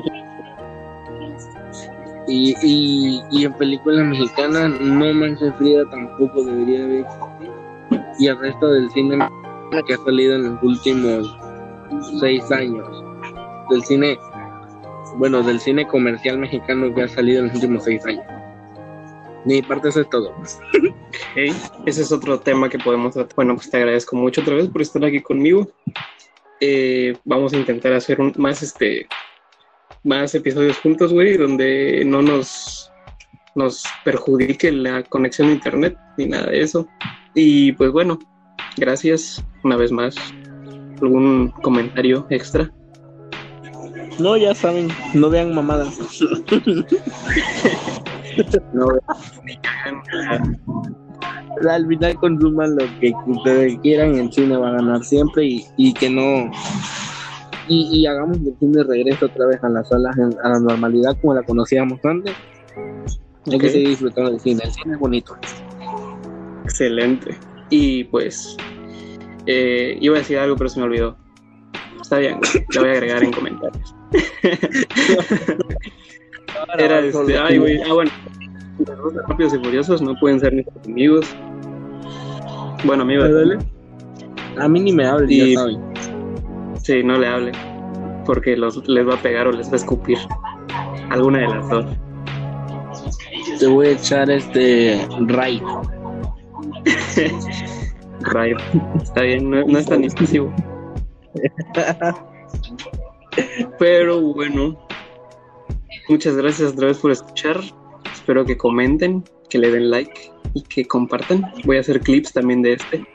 y, y, y en películas mexicanas, No Manches Frida tampoco debería haber existido. Y el resto del cine que ha salido en los últimos seis años. Del cine, bueno, del cine comercial mexicano que ha salido en los últimos seis años. De mi parte eso es todo. Okay. Ese es otro tema que podemos tratar. Bueno, pues te agradezco mucho otra vez por estar aquí conmigo. Eh, vamos a intentar hacer un, más este más episodios juntos, güey, donde no nos nos perjudique la conexión a internet ni nada de eso. Y pues bueno, gracias una vez más. ¿Algún comentario extra? No, ya saben, no vean mamadas. No, Al final consuman lo que ustedes quieran, el cine va a ganar siempre y, y que no y, y hagamos que el cine regrese otra vez a las salas, a la normalidad como la conocíamos antes. Hay okay. que seguir disfrutando del cine, el cine es bonito. Excelente. Y pues eh, iba a decir algo pero se me olvidó. Está bien, lo voy a agregar en comentarios. Era este, ay güey, ah bueno, los Rápidos y Furiosos no pueden ser nuestros amigos. Bueno, amigos, a mí ni me hables, y, ya saben. Sí, no le hable, porque los, les va a pegar o les va a escupir. Alguna de las dos. Te voy a echar este Ray. Ray, está bien, no, no es tan exclusivo. Pero bueno, muchas gracias otra vez por escuchar. Espero que comenten, que le den like y que compartan. Voy a hacer clips también de este.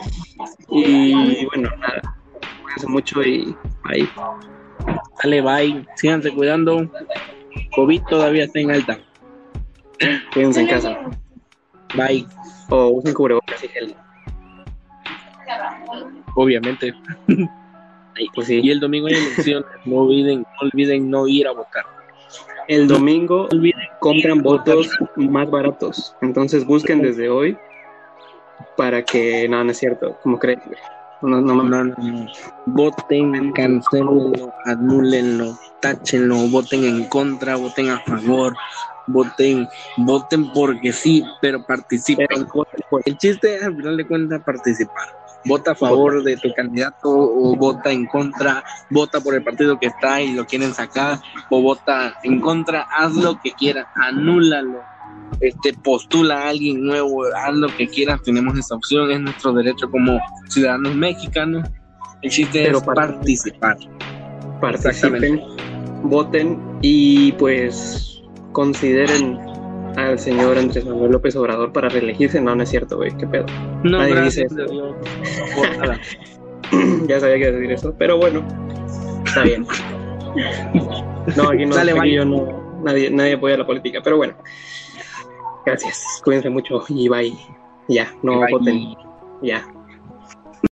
Y bueno, nada, cuídense mucho y bye. Dale, bye. Síganse cuidando. COVID todavía está en alta. Quédense en casa. Bye. O usen cubrebocas y gel. Obviamente. Pues sí. Y el domingo hay elecciones. No olviden, no olviden no ir a votar. El domingo No olviden compran votos más baratos. Entonces busquen desde hoy para que... No, no es cierto. ¿Cómo creen? No, no, no. No, no, no. Voten, cancelenlo, anúlenlo, táchenlo, voten en contra, voten a favor, voten, voten porque sí, pero participen. El chiste es, al final de cuentas, participar. Vota a favor de tu candidato o vota en contra, vota por el partido que está y lo quieren sacar, o vota en contra, haz lo que quieras, anúlalo, este, postula a alguien nuevo, haz lo que quieras, tenemos esa opción, es nuestro derecho como ciudadanos mexicanos. El chiste Pero es para- participar. Participen, voten y pues consideren al señor Andrés Manuel López Obrador para reelegirse. No, no es cierto, güey, qué pedo. No, Nadie gracias dice a eso. Dios, por nada. Ya sabía que iba a decir eso, pero bueno, está bien. No, aquí no, Dale, aquí bye. yo no, nadie, nadie apoya la política, pero bueno. Gracias, cuídense mucho y bye. Ya, no Bye. voten. Ya.